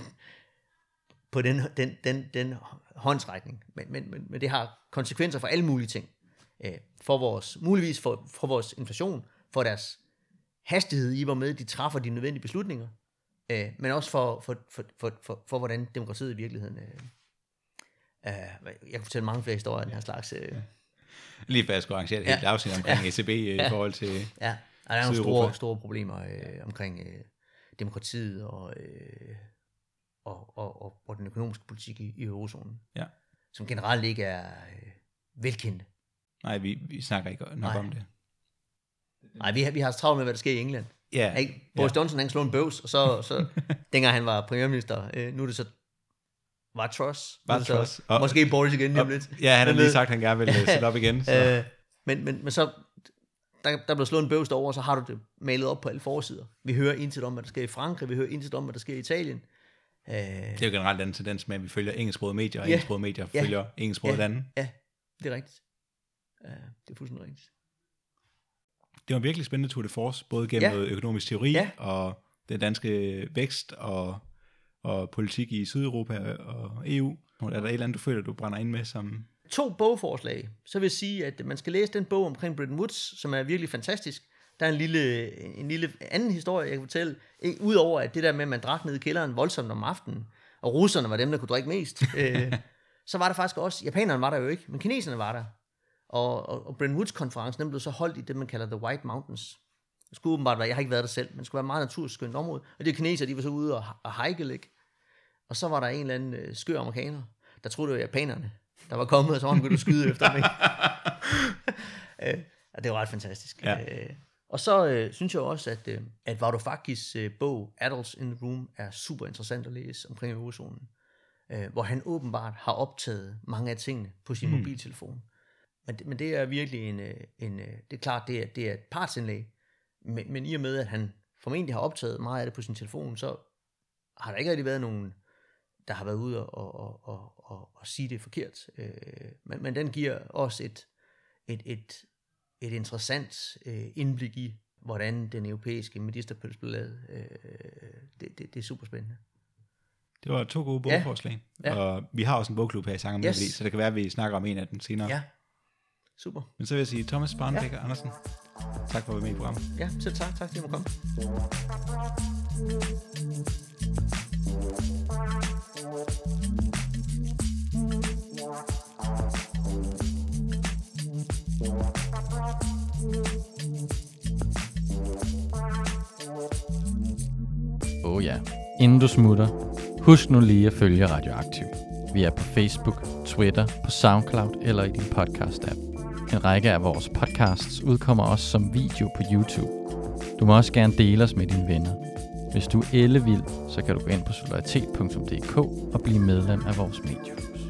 på den, den, den, den håndsrækning, men, men, men, men det har konsekvenser for alle mulige ting. Øh, for vores, muligvis for, for vores inflation, for deres hastighed i, hvor med de træffer de nødvendige beslutninger, øh, men også for, for, for, for, for, for hvordan demokratiet i virkeligheden... Øh, øh, jeg kan fortælle mange flere historier af den her slags... Øh, Lige før jeg skulle arrangere et helt ja. afsnit omkring ja. E C B øh, i ja. forhold til... Ja, og der er nogle store, store problemer øh, omkring øh, demokratiet og, øh, og, og, og, og den økonomiske politik i, i eurozonen, ja. som generelt ikke er øh, velkendte. Nej, vi, vi snakker ikke nok Nej. om det. Nej, vi har, vi har travlt med, hvad der sker i England. Ja. Ikke? Boris ja. Johnson, han slog en bøvs, og så, så dengang han var premierminister, øh, nu er det så var Truss. Var Truss. Og, måske Boris igen lige om lidt. Ja, han har lige sagt, at han gerne vil sætte op igen. Så. øh, men, men, men så, der, der blev slået en bøvs derovre, så har du det malet op på alle forsider. Vi hører intet om, hvad der sker i Frankrig, vi hører intet om, hvad der sker i Italien. Øh, det er jo generelt den tendens med, at vi følger engelsksprogede medier, og ja, engelsksprogede medier ja, følger engelsksprogede ja, lande. Ja, det er rigtigt. Uh, det er fuldstændig rigtigt. Det var virkelig spændende Tour de Force, både gennem ja. noget økonomisk teori, ja. og den danske vækst, og, og politik i Sydeuropa og E U. Er der et eller andet, du føler, du brænder ind med? Som... To bogforslag. Så vil jeg sige, at man skal læse den bog omkring Bretton Woods, som er virkelig fantastisk. Der er en lille, en lille anden historie, jeg kan fortælle. Udover at det der med, at man drak ned i kælderen voldsomt om aftenen, og russerne var dem, der kunne drikke mest, øh, så var der faktisk også, japanerne var der jo ikke, men kineserne var der. Og, og, og Bretton Woods-konferencen, den blev så holdt i det, man kalder The White Mountains. Det skulle åbenbart være, jeg har ikke været der selv, men det skulle være et meget naturskønt område. Og de kinesere, de var så ude og, og hike lidt. Og så var der en eller anden øh, skør amerikaner, der troede, det var japanerne, der var kommet, og så var han begyndt at skyde efter mig. øh, og det var ret fantastisk. Ja. Øh, og så øh, synes jeg også, at, øh, at Varoufakis øh, bog, Adults in the Room, er super interessant at læse omkring eurozonen. Øh, hvor han åbenbart har optaget mange af tingene på sin mm. mobiltelefon. Men det, men det er virkelig en, en det er klart, det er, det er et partsindlæg, men, men i og med, at han formentlig har optaget meget af det på sin telefon, så har der ikke rigtig været nogen, der har været ude og, og, og, og, og sige det forkert. Øh, men, men den giver også et, et, et, et interessant øh, indblik i, hvordan den europæiske medisterpøls blev lavet. Øh, det, det, det er super spændende. Det var to gode bogforslag, ja. Ja. Og vi har også en bogklub her i Sanger yes. Melodi, så det kan være, at vi snakker om en af dem senere. Ja. Super. Men så vil jeg sige, Thomas Barnbækker ja. Andersen, tak for at være med i programmet. Ja, selv tak. Tak, fordi jeg må komme. Åh oh ja, inden du smutter, husk nu lige at følge Radioaktiv. Vi er på Facebook, Twitter, på SoundCloud eller i din podcast-app. En række af vores podcasts udkommer også som video på YouTube. Du må også gerne dele os med dine venner. Hvis du er ellevild, så kan du gå ind på solidaritet punktum d k og blive medlem af vores mediehus.